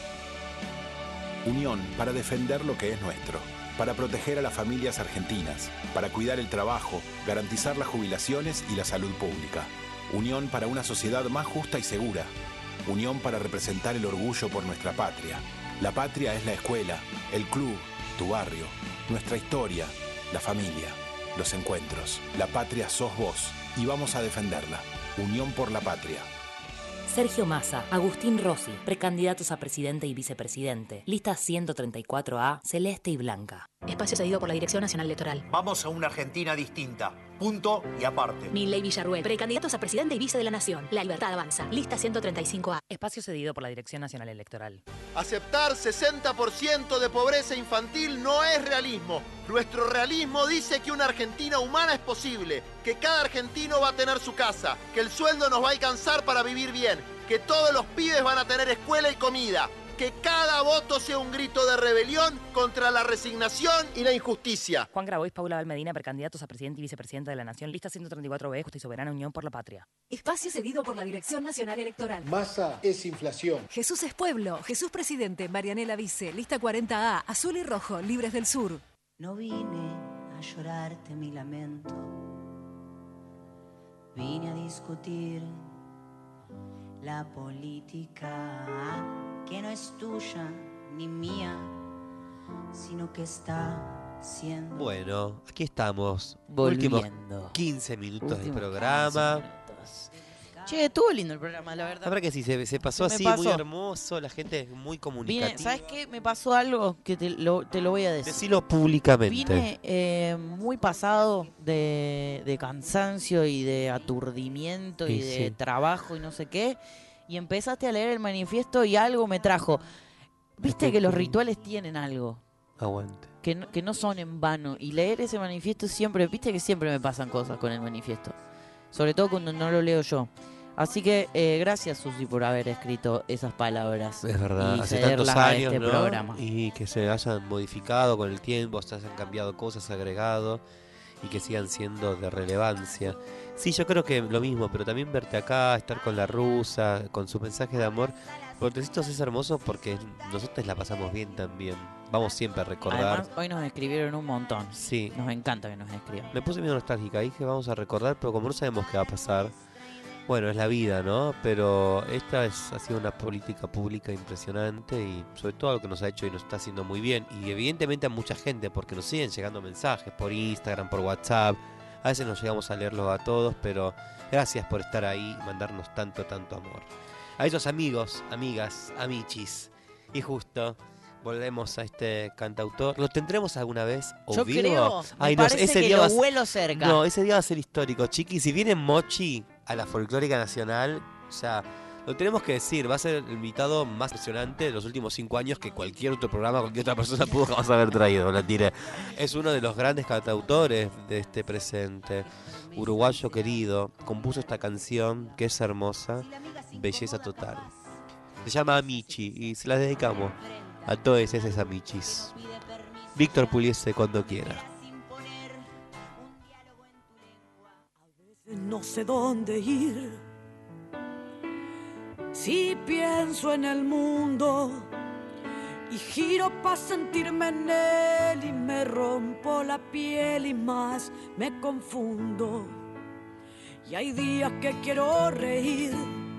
Unión para defender lo que es nuestro. Para proteger a las familias argentinas. Para cuidar el trabajo, garantizar las jubilaciones y la salud pública. Unión para una sociedad más justa y segura. Unión para representar el orgullo por nuestra patria. La patria es la escuela, el club, tu barrio, nuestra historia, la familia. Los encuentros. La patria sos vos y vamos a defenderla. Unión por la Patria. Sergio Massa, Agustín Rossi, precandidatos a presidente y vicepresidente. Lista 134A, celeste y blanca. Espacio cedido por la Dirección Nacional Electoral. Vamos a una Argentina distinta. Punto y aparte. Milei Villarruel, precandidatos a presidente y vice de la Nación. La Libertad Avanza. Lista 135A. Espacio cedido por la Dirección Nacional Electoral. Aceptar 60% de pobreza infantil no es realismo. Nuestro realismo dice que una Argentina humana es posible, que cada argentino va a tener su casa, que el sueldo nos va a alcanzar para vivir bien, que todos los pibes van a tener escuela y comida, que cada voto sea un grito de rebelión contra la resignación y la injusticia. Juan Grabois, Paula Valmedina, precandidatos a presidente y vicepresidenta de la Nación, lista 134B, Justa y Soberana, Unión por la Patria. Espacio cedido por la Dirección Nacional Electoral. Massa es inflación. Jesús es pueblo, Jesús presidente, Marianela Vice, lista 40A, azul y rojo, libres del sur. No vine a llorarte mi lamento, vine a discutir la política que no es tuya ni mía, sino que está siendo... Bueno, aquí estamos. Volviendo. Últimos 15 minutos del programa. Che, estuvo lindo el programa, la verdad. La verdad que sí, se pasó así, muy hermoso, la gente es muy comunicativa. Vine, ¿sabes qué? Me pasó algo que te lo voy a decir. Decilo públicamente. Vine muy pasado de cansancio y de aturdimiento y de trabajo y no sé qué. Y empezaste a leer el manifiesto y algo me trajo. Viste que los rituales tienen algo. Aguante. Que no son en vano. Y leer ese manifiesto siempre, viste que siempre me pasan cosas con el manifiesto. Sobre todo cuando no lo leo yo. Así que gracias, Susi, por haber escrito esas palabras. Es verdad, y hace tantos años, este programa. Y que se hayan modificado con el tiempo, se hayan cambiado cosas, agregado y que sigan siendo de relevancia. Sí, yo creo que lo mismo, pero también verte acá, estar con la rusa, con su mensaje de amor. Protecitos es hermoso porque nosotros la pasamos bien también. Vamos siempre a recordar. Además, hoy nos escribieron un montón. Sí. Nos encanta que nos escriban. Me puse medio nostálgica, dije vamos a recordar, pero como no sabemos qué va a pasar, bueno, es la vida, ¿no? Pero esta ha sido una política pública impresionante y sobre todo algo que nos ha hecho y nos está haciendo muy bien. Y evidentemente a mucha gente, porque nos siguen llegando mensajes por Instagram, por WhatsApp, A veces no llegamos a leerlos a todos, pero gracias por estar ahí y mandarnos tanto amor. A esos amigos, amigas, amichis. Y justo volvemos a este cantautor. ¿Lo tendremos alguna vez? ¿O Yo vivo? creo, Ay, me no, parece ese que día lo va a ser- huelo cerca. No, ese día va a ser histórico, chiquis. Si viene Mochi a la Folclórica Nacional, o sea, lo tenemos que decir, va a ser el invitado más impresionante de los últimos 5 años que cualquier otro programa, cualquier otra persona pudo jamás haber traído, la tiré. Es uno de los grandes cantautores de este presente, uruguayo querido, compuso esta canción que es hermosa, belleza total. Se llama Amici y se la dedicamos a todos esos amichis. Víctor Pugliese cuando quiera. No sé dónde ir. Si pienso en el mundo y giro para sentirme en él y me rompo la piel y más me confundo. Y hay días que quiero reír,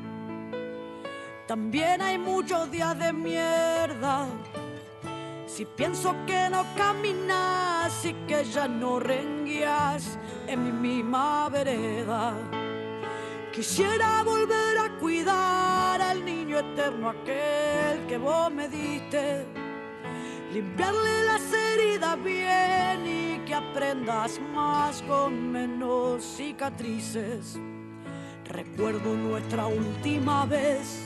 también hay muchos días de mierda. Si pienso que no caminas y que ya no rengueas en mi misma vereda, quisiera volver a cuidar al niño eterno aquel que vos me diste, limpiarle las heridas bien y que aprendas más con menos cicatrices. Recuerdo nuestra última vez,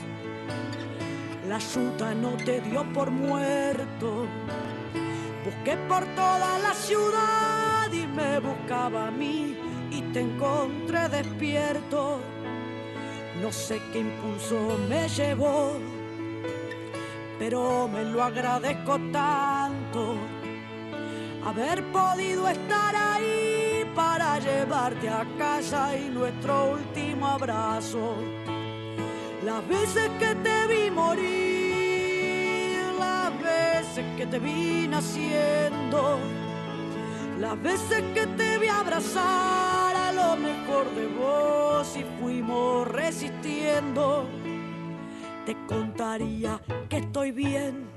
la yuta no te dio por muerto. Busqué por toda la ciudad y me buscaba a mí y te encontré despierto. No sé qué impulso me llevó, pero me lo agradezco tanto, haber podido estar ahí para llevarte a casa y nuestro último abrazo. Las veces que te vi morir, las veces que te vi naciendo, las veces que te vi abrazar a lo mejor de vos y fuimos resistiendo, te contaría que estoy bien,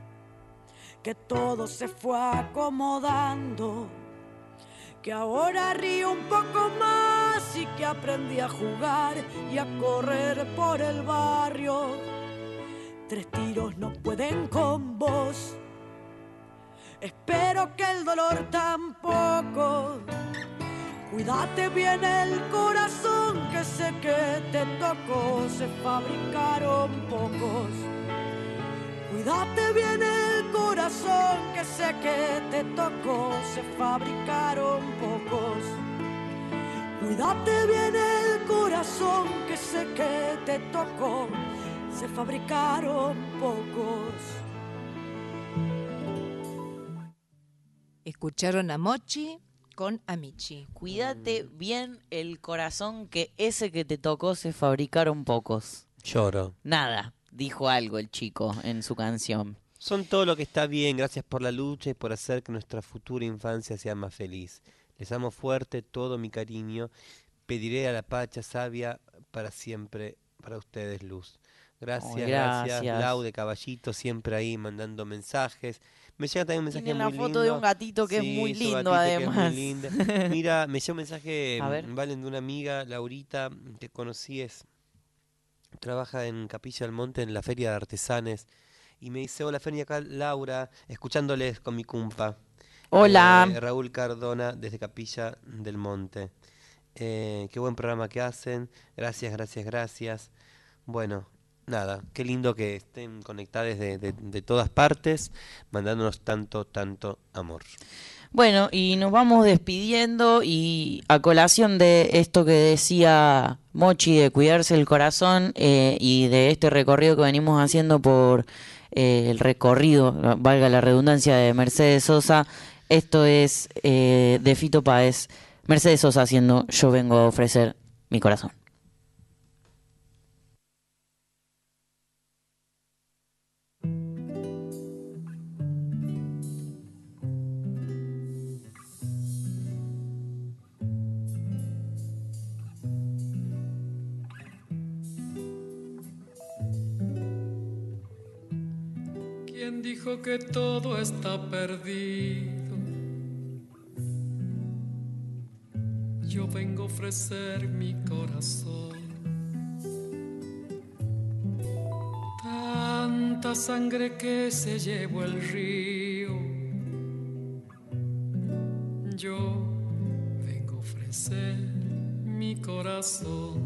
que todo se fue acomodando, que ahora río un poco más y que aprendí a jugar y a correr por el barrio. 3 tiros no pueden con vos, espero que el dolor tampoco. Cuídate bien el corazón, que sé que te tocó, se fabricaron pocos. Cuídate bien el corazón, que sé que te tocó, se fabricaron pocos. Cuídate bien el corazón, que sé que te tocó, se fabricaron pocos. Escucharon a Mochi con Amici. Cuídate bien el corazón, que ese que te tocó se fabricaron pocos. Lloro. Nada, dijo algo el chico en su canción. Son todo lo que está bien, gracias por la lucha y por hacer que nuestra futura infancia sea más feliz. Les amo fuerte, todo mi cariño. Pediré a la Pacha Sabia para siempre, para ustedes, Luz. Gracias, gracias. Lau de Caballito, siempre ahí mandando mensajes. Me llega también un mensaje Tiene muy la foto lindo. de un gatito que Sí, es muy su lindo, gatito que es además. muy lindo. Mira, me llega un mensaje, A ver. Valen, de una amiga, Laurita, que conocí, trabaja en Capilla del Monte en la Feria de Artesanes. Y me dice, hola Feria, acá Laura, escuchándoles con mi cumpa. Hola. Raúl Cardona desde Capilla del Monte. Qué buen programa que hacen. Gracias, gracias, gracias. Bueno, nada, qué lindo que estén conectados de todas partes, mandándonos tanto amor. Bueno, y nos vamos despidiendo, y a colación de esto que decía Mochi de cuidarse el corazón, y de este recorrido que venimos haciendo por el recorrido, valga la redundancia, de Mercedes Sosa. Esto es de Fito Páez, Mercedes Sosa haciendo Yo vengo a ofrecer mi corazón. ¿Quién dijo que todo está perdido? vengo a ofrecer mi corazón. Tanta sangre que se llevó el río, yo vengo a ofrecer mi corazón.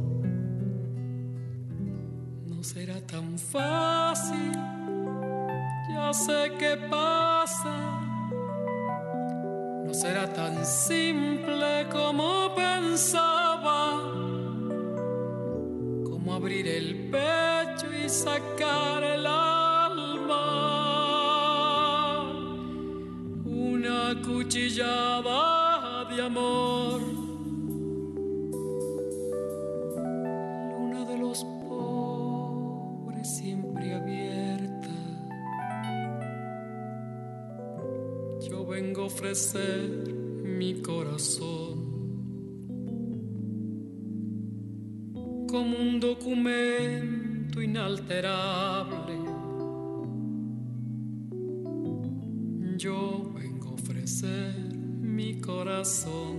No será tan fácil, ya sé qué pasa. No será tan simple como pensaba, como abrir el pecho y sacar el alma. Una cuchillada de amor. Luna de los pobres siempre abierta. Yo vengo a ofrecer mi corazón como un documento inalterable. Yo vengo a ofrecer mi corazón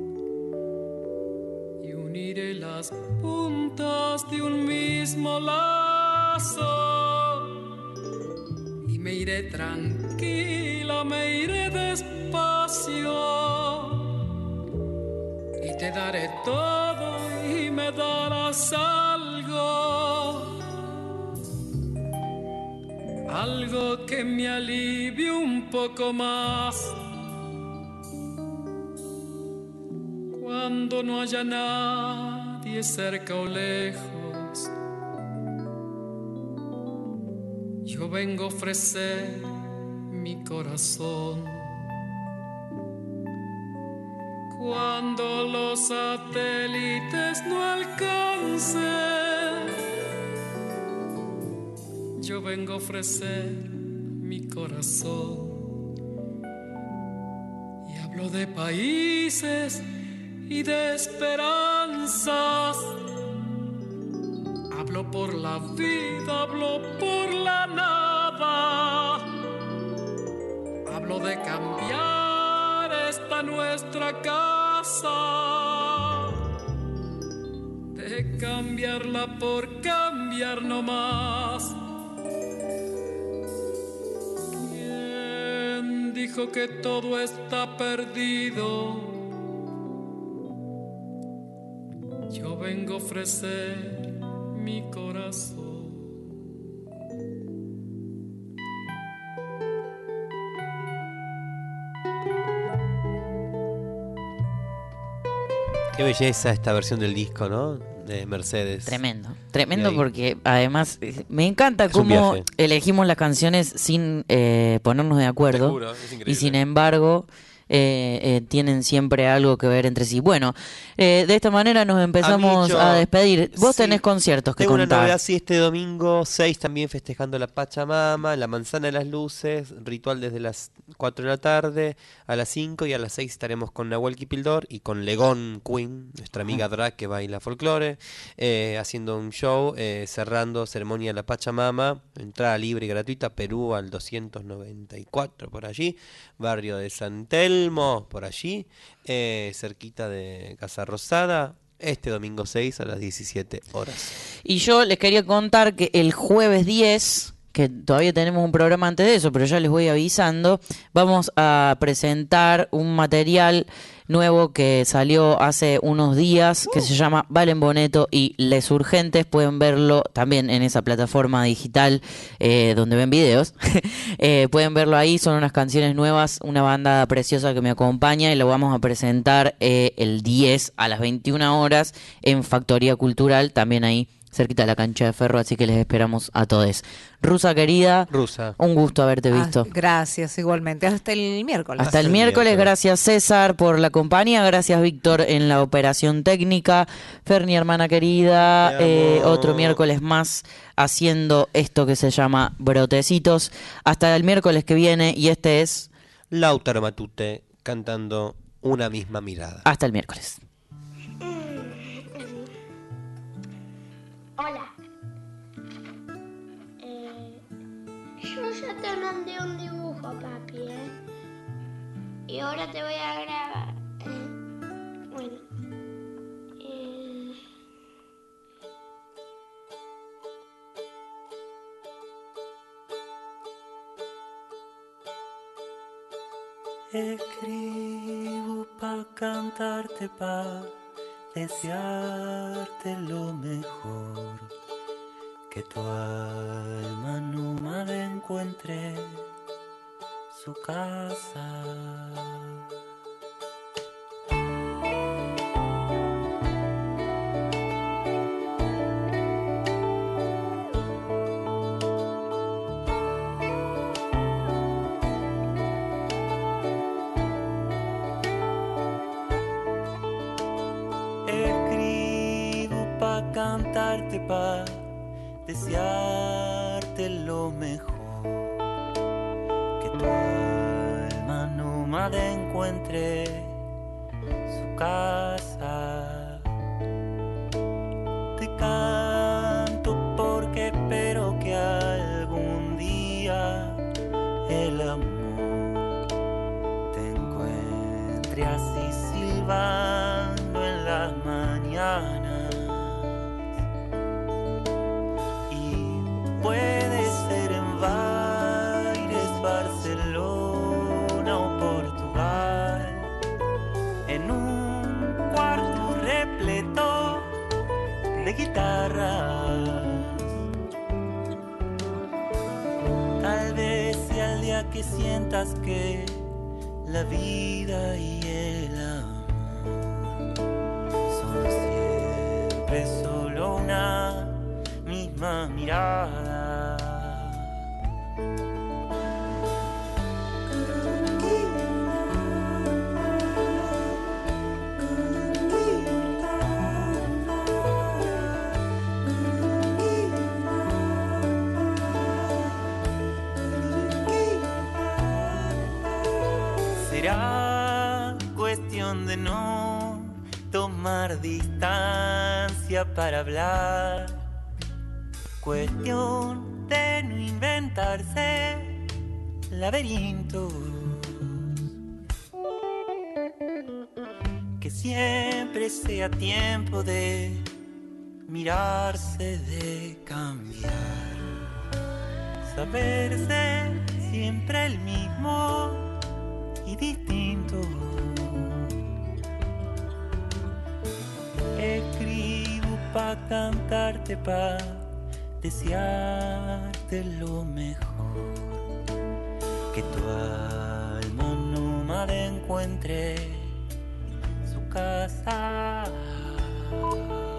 y uniré las puntas de un mismo lazo y me iré tranquila, me iré despacio y te daré todo y me darás algo que me alivie un poco más cuando no haya nadie cerca o lejos. Yo vengo a ofrecer mi corazón cuando los satélites no alcancen. Yo vengo a ofrecer mi corazón y hablo de países y de esperanzas. Hablo por la vida, hablo por la nada. Hablo de cambiar esta nuestra casa, de cambiarla por cambiar no más. ¿Quién dijo que todo está perdido? Yo vengo a ofrecer mi corazón. Qué belleza esta versión del disco, ¿no? De Mercedes. Tremendo porque además me encanta cómo elegimos las canciones sin ponernos de acuerdo. Te juro, es increíble. Y sin embargo tienen siempre algo que ver entre sí. Bueno, de esta manera nos empezamos a despedir. Vos tenés conciertos que tengo contar. Tengo una novedad, sí, este domingo 6 también festejando la Pachamama, la Manzana de las Luces, ritual desde las 4 de la tarde, a las 5 y a las 6 estaremos con Nahuel Kipildor y con Legón Queen, nuestra amiga drag que baila folclore, haciendo un show, cerrando ceremonia de la Pachamama, entrada libre y gratuita, Perú al 294 por allí, barrio de San Telmo, por allí, cerquita de Casa Rosada, este domingo 6 a las 17 horas. Y yo les quería contar que el jueves 10, que todavía tenemos un programa antes de eso, pero ya les voy avisando, vamos a presentar un material nuevo que salió hace unos días, que se llama Valen Boneto y Les Urgentes. Pueden verlo también en esa plataforma digital donde ven videos. Pueden verlo ahí, son unas canciones nuevas, una banda preciosa que me acompaña y lo vamos a presentar el 10 a las 21 horas en Factoría Cultural, también ahí cerquita de la cancha de Ferro, así que les esperamos a todos. Rusa querida, un gusto haberte visto. Gracias, igualmente. Hasta el miércoles. Hasta el miércoles. Gracias César por la compañía, gracias Víctor en la operación técnica. Ferni, hermana querida, otro miércoles más haciendo esto que se llama Brotecitos. Hasta el miércoles que viene, y este es Lautaro Matute cantando Una misma mirada. Hasta el miércoles. Hola. Yo ya te mandé un dibujo, papi, Y ahora te voy a grabar. Bueno, Escribo pa' cantarte, pa' desearte lo mejor, que tu alma nómada encuentre su casa. Cantarte pa' desearte lo mejor, que tu alma nómada encuentre su casa. Te canto porque espero que algún día el amor te encuentre así silbando en las mañanas. Puede ser en Baires, Barcelona o Portugal, en un cuarto repleto de guitarras. Tal vez sea el día que sientas que la vida y el amor son siempre solo una misma mirada. Será cuestión de no tomar distancia para hablar, cuestión de no inventarse laberintos, que siempre sea tiempo de mirarse, de cambiar, saberse siempre el mismo y distinto. Escribo pa' cantarte, pa' desearte lo mejor, que tu alma nómada encuentre su casa.